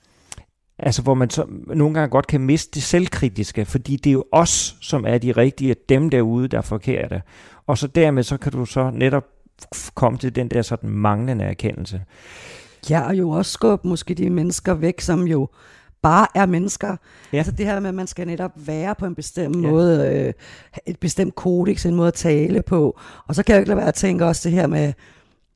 altså hvor man så nogle gange godt kan miste det selvkritiske, fordi det er jo os, som er de rigtige, dem derude, der er forkerte. Og så dermed, så kan du så netop komme til den der sådan manglende erkendelse. Ja, og jo også skubbe måske de mennesker væk, som jo bare er mennesker. Ja. Altså det her med, at man skal netop være på en bestemt ja. måde, øh, et bestemt kodex, en måde at tale på. Og så kan jeg jo ikke lade være at tænke også det her med,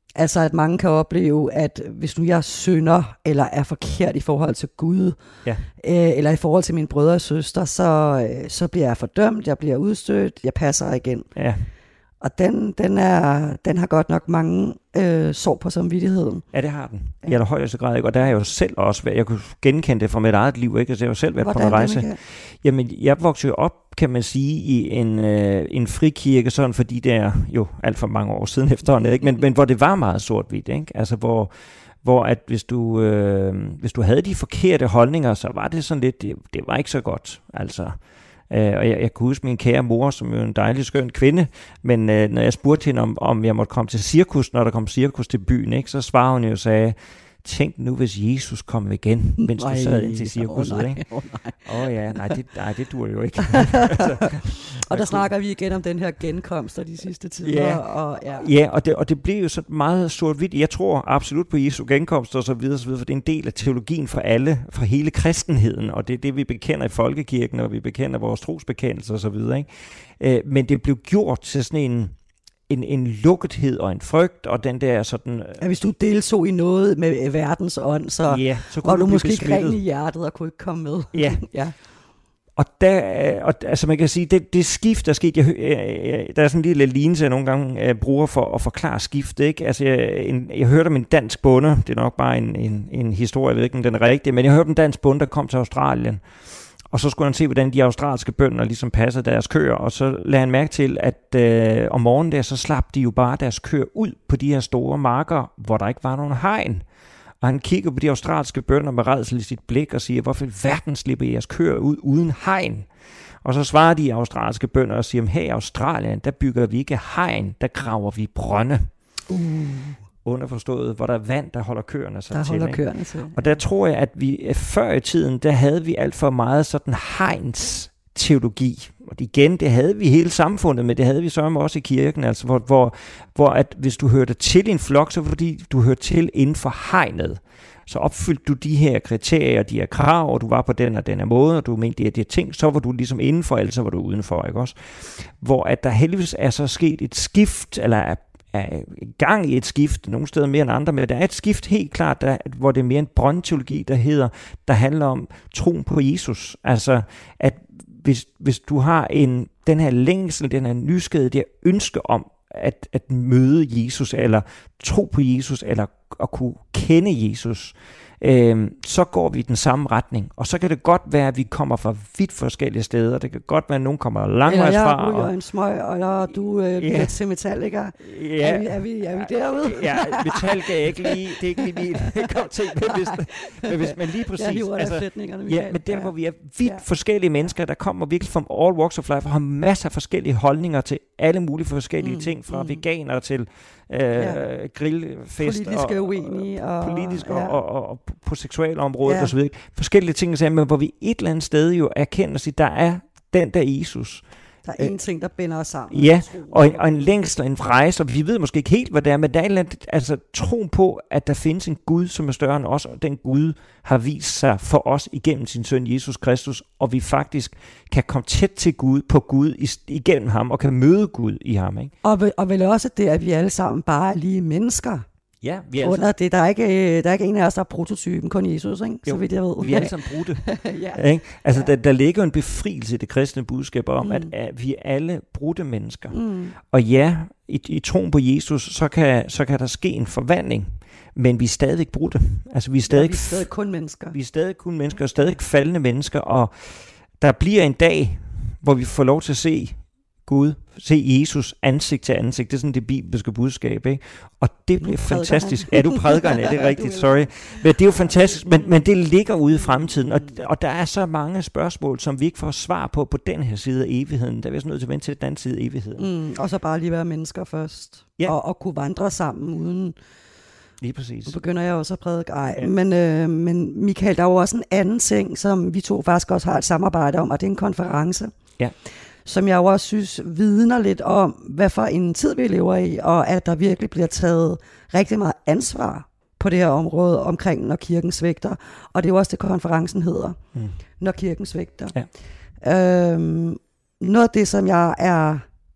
Altså at mange kan opleve, at hvis nu jeg synder, eller er forkert i forhold til Gud, ja. øh, eller i forhold til mine brødre og søstre, så, øh, så bliver jeg fordømt, jeg bliver udstødt, jeg passer igen. Ja. Og den, den, er, den har godt nok mange øh, sår på samvittigheden. Ja, det har den. I allerhøjeste grad, ikke? Og der har jeg jo selv også været, jeg kunne genkende det fra mit eget liv, ikke? Altså, jeg har jo selv været Hvordan på en rejse. Det, Jamen, jeg voksede jo op, kan man sige, i en, øh, en frikirke, sådan fordi det er jo alt for mange år siden efterhånden, ikke? Men, men hvor det var meget sort-hvidt, ikke? Altså, hvor, hvor at hvis du, øh, hvis du havde de forkerte holdninger, så var det sådan lidt, det, det var ikke så godt, altså. Uh, og jeg, jeg kunne huske min kære mor, som jo en dejlig skøn kvinde, men uh, når jeg spurgte hende, om, om jeg måtte komme til cirkus, når der kom cirkus til byen, ikke, så svarede hun jo og sagde, tænk nu, hvis Jesus kom igen, mens du sad ind til cirkuset. Åh oh, ikke? Oh, nej. Oh, ja, nej, det, nej, det dur jo ikke. altså, og der snakker vi igen om den her genkomst af de sidste tider. Ja, og, ja. ja og, det, og det blev jo så meget sort-hvidt. Jeg tror absolut på Jesu genkomst og så videre, så videre, for det er en del af teologien for alle, for hele kristenheden, og det er det, vi bekender i folkekirken, og vi bekender vores trosbekendelser og så videre. Ikke? Øh, men det blev gjort til sådan en En, en lukkethed og en frygt, og den der sådan... Ja, hvis du deltog i noget med verdens ånd, så, ja, så var du, du måske besmittet. ikke ren i hjertet og kunne ikke komme med. Ja, ja. Og der, og, altså man kan sige, det, det skift, der er sket, jeg, jeg, der er sådan en lille lignelse, jeg nogle gange jeg bruger for at forklare skift, ikke? Altså, jeg, en, jeg hørte om en dansk bonde, det er nok bare en, en, en historie, jeg ved ikke, om den er rigtig, men jeg hørte om en dansk bonde, der kom til Australien, og så skulle han se, hvordan de australske bønder ligesom passede deres køer, og så lagde han mærke til, at øh, om morgenen der, så slap de jo bare deres køer ud på de her store marker, hvor der ikke var nogen hegn. Og han kigger på de australske bønder med rædsel i sit blik og siger, hvorfor i verden slipper jeres køer ud uden hegn? Og så svarer de australske bønder og siger, her i Australien, der bygger vi ikke hegn, der graver vi brønde. Uh. Underforstået, hvor der er vand, der holder køerne sig der til. Holder køerne til. Og der tror jeg, at vi før i tiden, der havde vi alt for meget sådan hegns teologi. Og igen, det havde vi hele samfundet, men det havde vi så også i kirken, altså hvor, hvor, hvor at hvis du hørte til en flok, så fordi du hørte til inden for hegnet, så opfyldte du de her kriterier, de her krav, og du var på den og den her måde, og du mente de her, de her ting, så var du ligesom indenfor, eller så var du udenfor, ikke også? Hvor at der heldigvis er så sket et skift, eller er er i gang i et skift, nogle steder mere end andre, men der er et skift helt klart, der, hvor det er mere en brøndteologi, der hedder, der handler om troen på Jesus. Altså, at hvis, hvis du har en, den her længsel, den her nysgerrighed, det her ønske om at, at møde Jesus, eller tro på Jesus, eller at kunne kende Jesus, Øhm, så går vi i den samme retning. Og så kan det godt være, at vi kommer fra vidt forskellige steder. Det kan godt være, at nogen kommer langvejs fra. Eller jeg ryger en smøg, eller du øh, bliver til Metallica. Ja. Er, vi, er, vi, er vi derude? Ja, Metallica er ikke lige, det er ikke lige min kom til, men hvis, men hvis man lige præcis... Jeg hiver altså, flætningerne, Michael. Ja, men der, hvor vi er vidt ja. forskellige mennesker, der kommer virkelig fra all walks of life, og har masser af forskellige holdninger til alle mulige forskellige mm, ting, fra mm. veganer til øh, ja. grillfest. Politiske og, uenige. Og, politiske ja. og, og, og på seksualområdet ja. og så videre. Forskellige ting, men hvor vi et eller andet sted jo erkender sig, der er den der Jesus. Der er en ting, der binder os sammen. Ja, og en, og en længsel, en rejse, og vi ved måske ikke helt, hvad det er, men der er en eller anden, altså troen på, at der findes en Gud, som er større end os, og den Gud har vist sig for os igennem sin søn Jesus Kristus, og vi faktisk kan komme tæt til Gud, på Gud igennem ham, og kan møde Gud i ham. Ikke? Og, vel, og vel også det, at vi alle sammen bare er lige mennesker. Ja, vi er under altså... det. Der er, ikke, der er ikke en af os, der er prototypen, kun Jesus, ikke? Jo, så vidt jeg ved. Vi er alle sammen brudte. ja. Ikke? Altså, ja. der, der ligger en befrielse i det kristne budskab om, mm. at, at vi er alle brudte mennesker. Mm. Og ja, i, i troen på Jesus, så kan, så kan der ske en forvandling, men vi er stadig brudte. Altså, vi er stadig, ja, vi er stadig kun mennesker. Vi er stadig kun mennesker, og stadig faldende mennesker, og der bliver en dag, hvor vi får lov til at se Gud, se Jesus ansigt til ansigt. Det er sådan det bibelske budskab, ikke? Og det bliver fantastisk. Ja, du prædiker, ja, det er rigtigt, sorry. Men det er jo fantastisk, men, men det ligger ude i fremtiden, og, og der er så mange spørgsmål, som vi ikke får svar på på den her side af evigheden. Der er vi så nødt til at vente til den anden side af evigheden. Mm, og så bare lige være mennesker først, ja. og, og kunne vandre sammen uden... Lige præcis. Nu begynder jeg også at prædike. Ej, ja. men, øh, men Michael, der er jo også en anden ting, som vi to faktisk også har et samarbejde om, og det er en konference. Ja. Som jeg jo også synes vidner lidt om, hvad for en tid vi lever i, og at der virkelig bliver taget rigtig meget ansvar på det her område omkring, når kirken svigter. Og det er jo også det, konferencen hedder, mm. når kirken svigter. Ja. Øhm, noget af det, som jeg er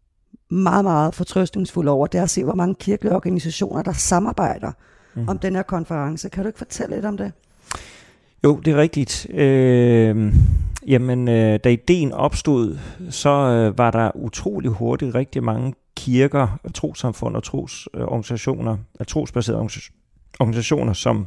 meget, meget fortrøstningsfuld over, det er at se, hvor mange kirkelige organisationer, der samarbejder mm. om den her konference. Kan du ikke fortælle lidt om det? Jo, det er rigtigt. Øh, jamen, øh, da ideen opstod, så øh, var der utrolig hurtigt rigtig mange kirker, trossamfund og trosorganisationer, trosbaserede organisationer, som,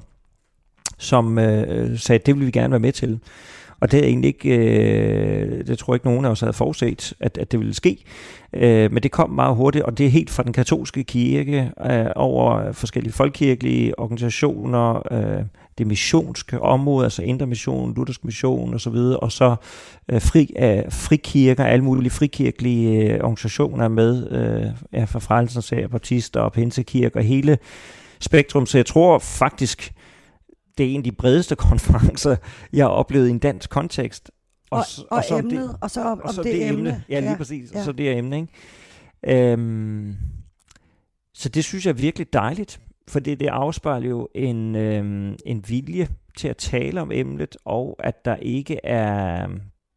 som øh, sagde, at det ville vi gerne være med til. Og det er egentlig ikke, øh, det tror jeg ikke nogen af os havde forudset, at, at det ville ske. Øh, men det kom meget hurtigt, og det er helt fra den katolske kirke, øh, over forskellige folkekirkelige organisationer, øh, det missionske område, altså Indre Mission, Luthersk Mission osv., og så øh, fri, øh, frikirker, alle mulige frikirkelige øh, organisationer med, øh, ja, fra Frelsens Sag, Baptister og Pinsekirker, og hele spektrum. Så jeg tror faktisk, det er en af de bredeste konferencer, jeg har oplevet i en dansk kontekst. Og, og, og, og så emnet, det, og så om, og så det, det emne. emne. Ja, lige ja, præcis. Ja. Så det er emne, ikke? Øhm, så det synes jeg er virkelig dejligt, for det, det afspejler jo en, øhm, en vilje til at tale om emnet, og at der ikke er,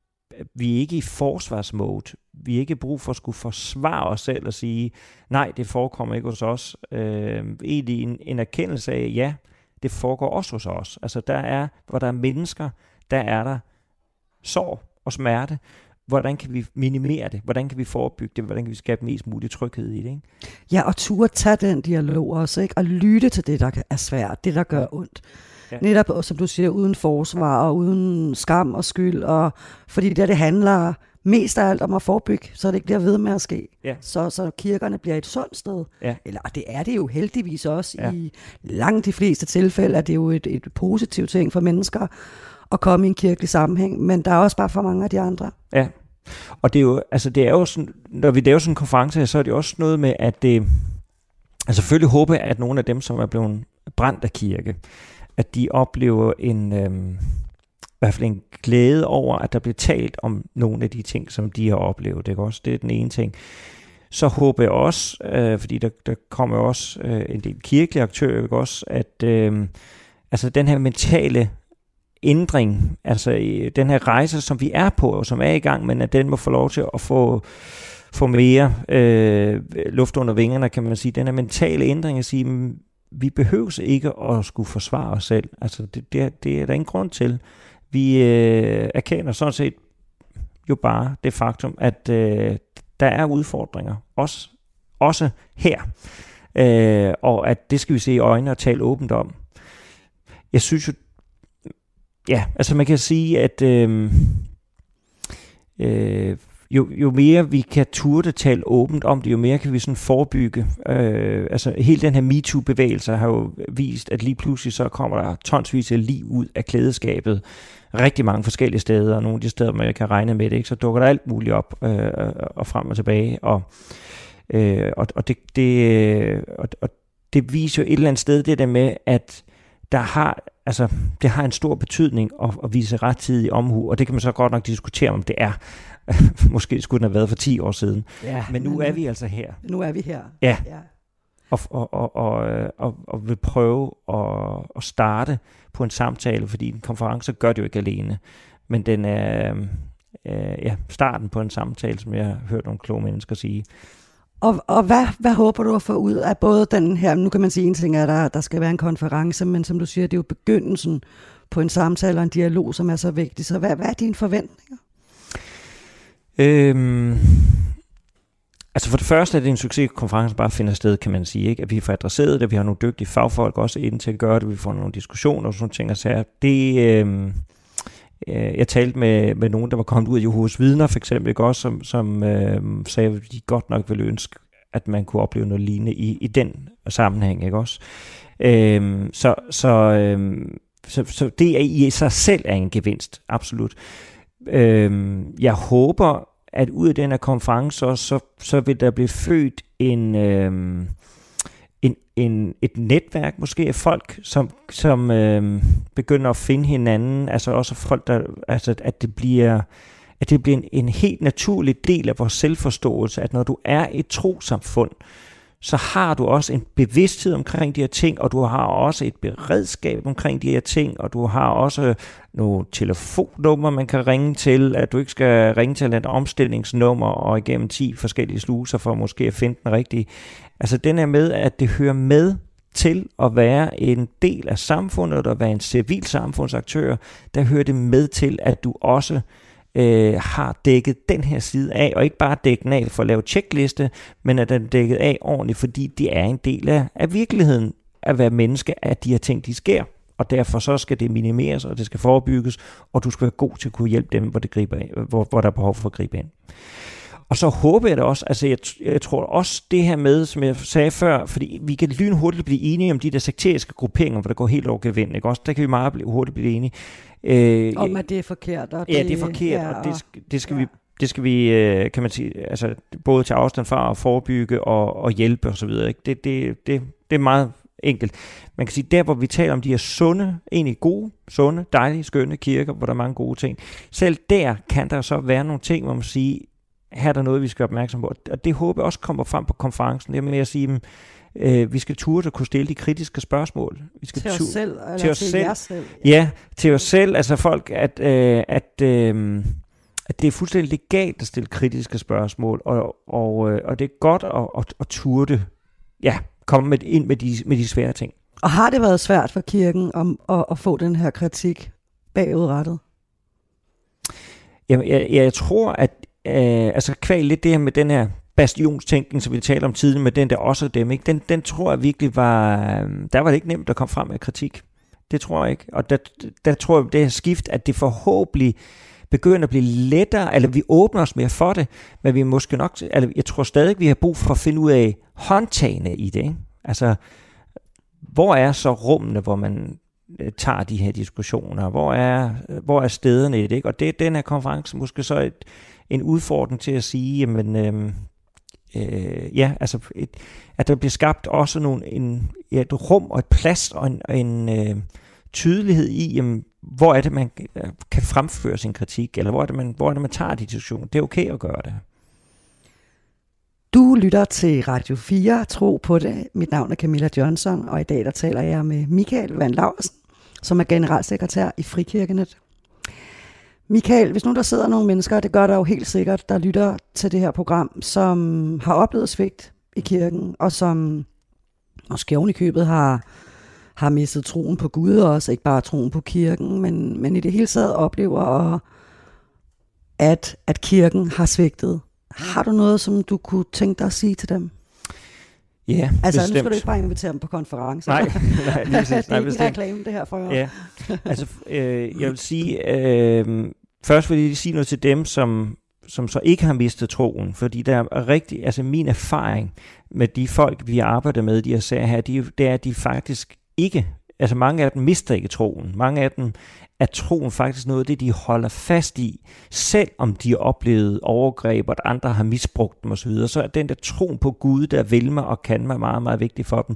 vi er ikke i forsvarsmode. Vi er ikke brug for at skulle forsvare os selv og sige, nej, det forekommer ikke hos os. Øhm, egentlig en, en erkendelse af, ja, det foregår også hos os. Altså der er, hvor der er mennesker, der er der sorg og smerte. Hvordan kan vi minimere det? Hvordan kan vi forebygge det? Hvordan kan vi skabe mest mulig tryghed i det? Ikke? Ja, og turde tage den dialog også, ikke? Og lytte til det, der er svært, det, der gør ondt. Ja. Netop, som du siger, uden forsvar og uden skam og skyld. Og, fordi det, det handler mest af alt om at forebygge, så det ikke bliver ved med at ske. Ja. Så, så kirkerne bliver et sundt sted. Ja. Eller det er det jo heldigvis også. Ja. I langt de fleste tilfælde er det jo et, et positivt ting for mennesker at komme i en kirkelig sammenhæng, men der er også bare for mange af de andre. Ja, og det er jo, altså det er jo sådan, når vi laver sådan en konference, så er det også noget med, at det, altså selvfølgelig håber jeg, at nogle af dem, som er blevet brændt af kirke, at de oplever en, øhm, i hvert fald en glæde over, at der bliver talt om nogle af de ting, som de har oplevet. Det er også det er den ene ting. Så håber jeg også, øh, fordi der, der kommer også øh, en del kirkelige aktører, ikke også, at øh, altså den her mentale ændring, altså den her rejse, som vi er på, og som er i gang, men at den må få lov til at få, få mere øh, luft under vingerne, kan man sige. Den her mentale ændring, at sige, vi behøver ikke at skulle forsvare os selv. Altså det, det, det er der ingen grund til. Vi øh, erkender sådan set jo bare det faktum, at øh, der er udfordringer, også, også her. Øh, og at det skal vi se i øjnene og tale åbent om. Jeg synes jo, ja, altså man kan sige, at øh, øh, jo, jo mere vi kan turde tale åbent om det, jo mere kan vi sådan forebygge. Øh, altså hele den her MeToo-bevægelse har jo vist, at lige pludselig så kommer der tonsvis af liv ud af klædeskabet. Rigtig mange forskellige steder, og nogle af de steder, man kan regne med det, ikke? Så dukker der alt muligt op øh, og frem og tilbage. Og, øh, og, og, det, det, og, og det viser jo et eller andet sted det der med, at der har, altså, det har en stor betydning at, at vise rettidig omhu, og det kan man så godt nok diskutere, om det er. Måske skulle den have været for ti år siden. Ja, men nu men, er vi altså her. Nu er vi her. Ja. ja. Og, og, og, og, og, og vil prøve at, at starte på en samtale, fordi en konference gør det jo ikke alene. Men den er øh, ja, starten på en samtale, som jeg har hørt nogle kloge mennesker sige. Og, og hvad, hvad håber du at få ud af både den her, nu kan man sige en ting, at der, der skal være en konference, men som du siger, det er jo begyndelsen på en samtale og en dialog, som er så vigtig. Så hvad, hvad er dine forventninger? Øhm, altså for det første er det en succes, at konferencen bare finder sted, kan man sige, ikke? At vi får adresseret det, vi har nogle dygtige fagfolk også inden til at gøre det, vi får nogle diskussioner og sådan ting og sager. Det, øhm, øh, jeg talte med, med nogen, der var kommet ud af Jehovas vidner, for eksempel, ikke? Også, som, som øh, sagde, at de godt nok ville ønske, at man kunne opleve noget lignende i, i den sammenhæng, ikke også? Øhm, så, så, øhm, så, så det er i sig selv er en gevinst, absolut. Øhm, jeg håber, at ud af den her konference, så, så, så vil der blive født en, øhm, en, en, et netværk måske af folk, som, som øhm, begynder at finde hinanden, altså også folk, der, altså at det bliver, at det bliver en, en helt naturlig del af vores selvforståelse, at når du er et trossamfund, så har du også en bevidsthed omkring de her ting, og du har også et beredskab omkring de her ting, og du har også nogle telefonnummer, man kan ringe til, at du ikke skal ringe til et omstillingsnummer og igennem ti forskellige sluser for måske at finde den rigtige. Altså den er med, at det hører med til at være en del af samfundet, og at være en civil samfundsaktør, der hører det med til, at du også øh, har dækket den her side af, og ikke bare dækket den af for at lave checkliste, men at den er dækket af ordentligt, fordi det er en del af, af virkeligheden at være menneske, at de her ting, de sker. Og derfor så skal det minimeres, og det skal forebygges, og du skal være god til at kunne hjælpe dem, hvor, det griber ind, hvor, hvor der er behov for at gribe ind. Og så håber jeg det også, altså jeg, jeg tror også det her med, som jeg sagde før, fordi vi kan lynhurtigt blive enige om de der sekteriske grupperinger, hvor der går helt over gevind, ikke også? Der kan vi meget blive, hurtigt blive enige. Øh, om at det er forkert. Og det, ja, det er forkert, ja, og det, det skal ja. vi, det skal vi, kan man sige, altså både til afstand fra at forebygge og, og hjælpe og så videre, ikke? Det, det, det, det er meget enkelt. Man kan sige, der hvor vi taler om de her sunde, egentlig gode, sunde, dejlige, skønne kirker, hvor der er mange gode ting, selv der kan der så være nogle ting, hvor man siger, her er der noget, vi skal være opmærksom på. Og det håber jeg også kommer frem på konferencen. Det er med at sige, at øh, vi skal turde at kunne stille de kritiske spørgsmål. Vi skal til os turde, selv, eller til, os til selv. jer selv. Ja, til os selv. Altså folk, at, øh, at, øh, at det er fuldstændig legalt at stille kritiske spørgsmål. Og, og, øh, og det er godt at, at, at turde ja, komme med, ind med de, med de svære ting. Og har det været svært for kirken om, at, at få den her kritik bagudrettet? Jamen, jeg, jeg tror, at Uh, altså kvæl lidt det her med den her bastionstænkning, som vi talte om tidligere, med den der også dem, ikke? Den, den tror jeg virkelig var, der var det ikke nemt at komme frem med kritik. Det tror jeg ikke. Og der, der tror jeg, det her skift, at det forhåbentlig begynder at blive lettere, eller vi åbner os mere for det, men vi måske nok, eller jeg tror stadig, vi har brug for at finde ud af håndtagene i det, ikke? Altså, hvor er så rummene, hvor man tager de her diskussioner? Hvor er, hvor er stederne i det, ikke? Og det er den her konference måske så et en udfordring til at sige, jamen, øh, øh, ja, altså, et, at der bliver skabt også nogle, en, ja, et rum og et plads og en, en øh, tydelighed i, jamen, hvor er det, man kan fremføre sin kritik, eller hvor er det, man, hvor er det, man tager de diskussioner. Det er okay at gøre det. Du lytter til Radio fire, Tro på det. Mit navn er Camilla Johnson, og i dag der taler jeg med Michael Van Laursen, som er generalsekretær i Frikirkenet. Michael, hvis nu der sidder nogle mennesker, det gør der jo helt sikkert, der lytter til det her program, som har oplevet svigt i kirken, og som måske oven i købet har, har mistet troen på Gud også, ikke bare troen på kirken, men, men i det hele taget oplever, og, at, at kirken har svigtet. Har du noget, som du kunne tænke dig at sige til dem? Ja, altså, bestemt. Nu skal du ikke bare invitere dem på konferencer. Nej, nej, lige præcis. Det er ikke en reklame, det her for jer. Ja, altså, øh, jeg vil sige, øh, først vil jeg sige noget til dem, som, som så ikke har mistet troen, fordi der er rigtig, altså min erfaring med de folk, vi arbejder med, de her sager her, de, det er, at de faktisk ikke, altså mange af dem mister ikke troen. Mange af dem er troen faktisk noget af det, de holder fast i, selvom de har oplevet overgreb, og at andre har misbrugt dem osv., så er den der troen på Gud, der vil mig og kan mig, meget, meget vigtig for dem.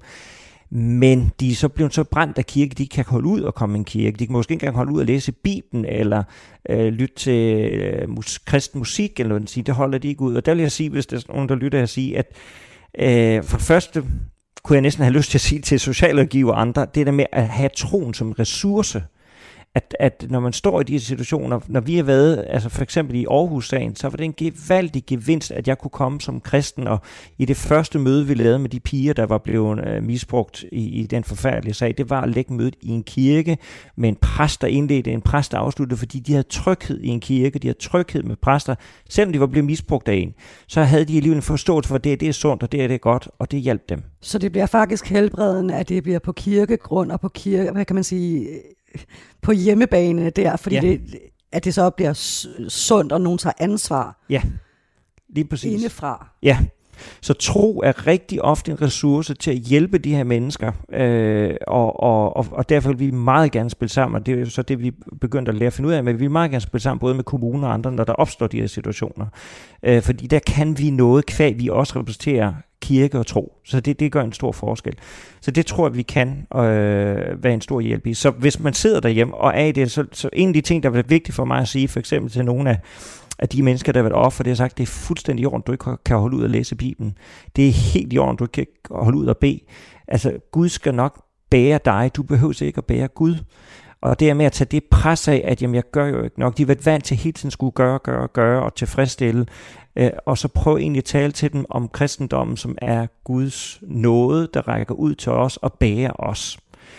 Men de er så blevet så brændt af kirke, de kan holde ud og komme i en kirke. De kan måske ikke engang holde ud og læse Bibelen, eller øh, lytte til øh, mus- kristen musik, eller noget. Det holder de ikke ud. Og der vil jeg sige, hvis der er nogen, der lytter, at sige, at øh, for det første kunne jeg næsten have lyst til at sige til socialrådgiver og andre, det der med at have troen som ressource. At, at når man står i de situationer, når vi har været, altså for eksempel i Aarhus-sagen, så var det en gevaldig gevinst, at jeg kunne komme som kristen, og i det første møde, vi lavede med de piger, der var blevet øh, misbrugt i, i den forfærdelige sag, det var at lægge mødet i en kirke med en præst, der indledte, en præst, der afsluttede, fordi de havde tryghed i en kirke, de havde tryghed med præster, selvom de var blevet misbrugt af en, så havde de alligevel en forståelse for, at det, det er sundt, og det er det er godt, og det hjalp dem. Så det bliver faktisk helbredende, at det bliver på kirkegrund og på kirke, hvad kan man sige, på hjemmebane der, fordi ja. det, at det så bliver sundt, og nogen tager ansvar. Ja, lige præcis. Indefra. Ja, så tro er rigtig ofte en ressource til at hjælpe de her mennesker, øh, og, og, og, og derfor vil vi meget gerne spille sammen, og det er jo så det, vi begyndte at lære at finde ud af, men vi vil meget gerne spille sammen både med kommuner og andre, når der opstår de her situationer. Øh, fordi der kan vi noget, kvad vi også repræsenterer kirke og tro. Så det, det gør en stor forskel. Så det tror jeg, vi kan øh, være en stor hjælp i. Så hvis man sidder derhjemme og er i det, så, så en af de ting, der er vigtigt for mig at sige, for eksempel til nogle af, af de mennesker, der har været offer, det har sagt, det er fuldstændig i orden, du ikke kan holde ud og læse Bibelen. Det er helt i orden, du ikke kan holde ud og bede. Altså, Gud skal nok bære dig. Du behøver ikke at bære Gud. Og det er med at tage det pres af, at jamen, jeg gør jo ikke nok. De har været vant til hele tiden skulle gøre, gøre, gøre og tilfredsstille. Øh, og så prøv egentlig at tale til dem om kristendommen, som er Guds nåde, der rækker ud til os og bærer os.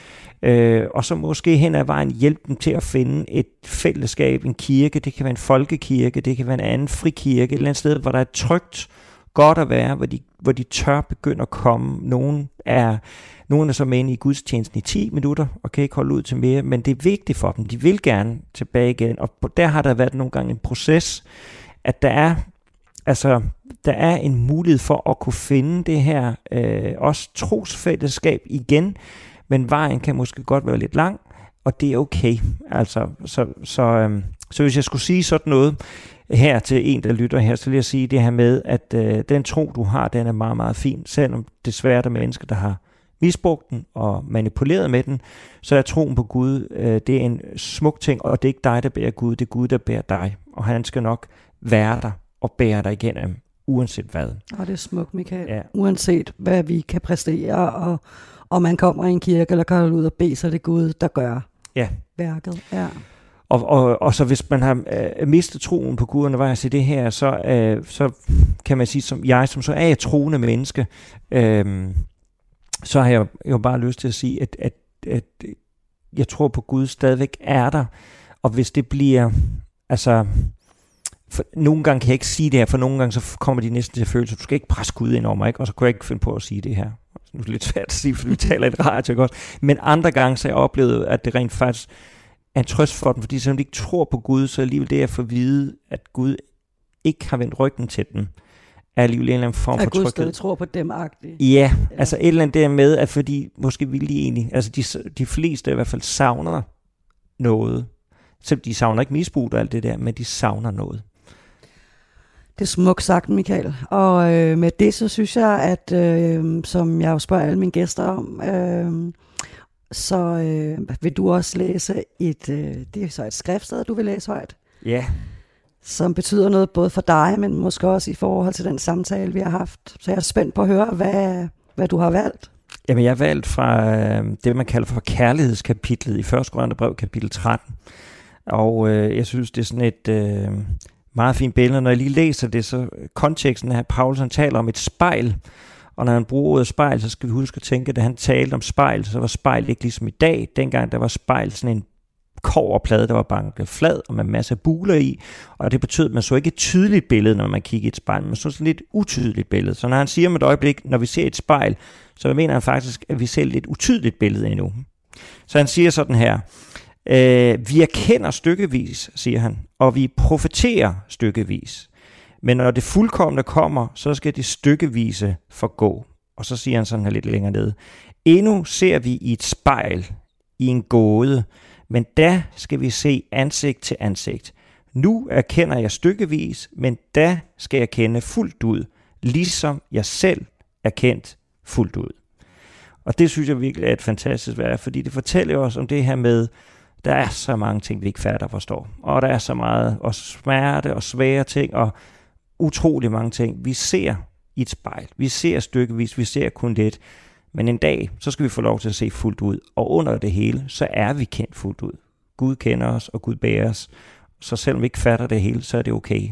Øh, og så måske hen ad vejen hjælpe dem til at finde et fællesskab, en kirke. Det kan være en folkekirke, det kan være en anden frikirke, et eller andet sted, hvor der er trygt, godt at være, hvor de, hvor de tør begynde at komme. Nogen er, nogen er så med i gudstjenesten i ti minutter, og kan ikke holde ud til mere, men det er vigtigt for dem. De vil gerne tilbage igen, og der har der været nogle gange en proces, at der er, altså, der er en mulighed for at kunne finde det her, øh, også trosfællesskab igen, men vejen kan måske godt være lidt lang, og det er okay. Altså, så, så, øhm, så hvis jeg skulle sige sådan noget her til en, der lytter her, så vil jeg sige det her med, at øh, den tro, du har, den er meget, meget fin. Selvom desværre der er mennesker, der har misbrugt den og manipuleret med den, så er troen på Gud, øh, det er en smuk ting, og det er ikke dig, der bærer Gud, det er Gud, der bærer dig. Og han skal nok være der og bære dig igennem, uanset hvad. Og det er smukt, Michael. Ja. Uanset hvad vi kan præstere, og om man kommer i en kirke, eller kan ud og bede, så er det Gud, der gør ja. værket. Ja. Og, og, og så hvis man har øh, mistet troen på Gud undervejs i det her, så, øh, så kan man sige, som jeg, som så er et troende menneske, øh, så har jeg jo bare lyst til at sige, at, at, at jeg tror på Gud stadigvæk er der, og hvis det bliver, altså, for, nogle gange kan jeg ikke sige det her, for nogle gange så kommer de næsten til at føle, så du skal ikke presse Gud ind over mig, ikke? Og så kunne jeg ikke finde på at sige det her. Nu er det lidt svært at sige, for vi taler i et radio, godt. Men andre gange så har jeg oplevet, at det rent faktisk er en trøst for dem, fordi selvom de ikke tror på Gud, så alligevel det at få at vide, at Gud ikke har vendt ryggen til dem, er alligevel en eller anden form for tryghed. At Gud stadig tror på dem-agtigt. Ja, ja, altså et eller andet der med, at fordi, måske vil de egentlig, altså de, de fleste i hvert fald savner noget. Selv de savner ikke misbrug og alt det der, men de savner noget. Det er smukt sagt, Michael. Og øh, med det, så synes jeg, at øh, som jeg jo spørger alle mine gæster om, øh, så øh, vil du også læse et, øh, det er så et skriftsted, du vil læse højt. Ja. Som betyder noget både for dig, men måske også i forhold til den samtale, vi har haft. Så jeg er spændt på at høre, hvad, hvad du har valgt. Jamen, jeg har valgt fra øh, det, man kalder for kærlighedskapitlet i første Korintherbrev, kapitel tretten. Og øh, jeg synes, det er sådan et øh, meget fint billede. Når jeg lige læser det, så konteksten her, Paulus han taler om et spejl. Og når han bruger ordet spejl, så skal vi huske at tænke, at da han talte om spejl, så var spejl ikke ligesom i dag. Dengang der var spejl sådan en kobberplade, der var banket flad og med masser af buler i. Og det betød, at man så ikke et tydeligt billede, når man kiggede i et spejl. Man så sådan lidt utydeligt billede. Så når han siger om et øjeblik, når vi ser et spejl, så mener han faktisk, at vi ser et lidt utydeligt billede endnu. Så han siger sådan her, øh, vi erkender stykkevis, siger han, og vi profeterer stykkevis. Men når det fuldkomne kommer, så skal det stykkevise forgå. Og så siger han sådan her lidt længere nede. Endnu ser vi i et spejl, i en gåde, men da skal vi se ansigt til ansigt. Nu erkender jeg stykkevis, men da skal jeg kende fuldt ud, ligesom jeg selv er kendt fuldt ud. Og det synes jeg virkelig er et fantastisk værk, fordi det fortæller os om det her med, der er så mange ting, vi ikke fatter og forstår. Og der er så meget og smerte og svære ting, og utrolig mange ting. Vi ser i et spejl. Vi ser stykkevis. Vi ser kun lidt. Men en dag, så skal vi få lov til at se fuldt ud. Og under det hele, så er vi kendt fuldt ud. Gud kender os, og Gud bærer os. Så selvom vi ikke fatter det hele, så er det okay.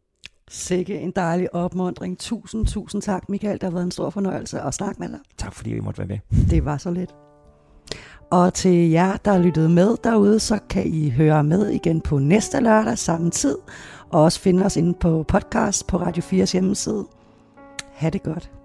Sikke en dejlig opmuntring. Tusind, tusind tak, Michael. Det har været en stor fornøjelse at snakke med dig. Tak fordi vi måtte være med. Det var så lidt. Og til jer, der har lyttet med derude, så kan I høre med igen på næste lørdag samme tid. Og også finde os inde på podcast på Radio fires hjemmeside. Ha' det godt.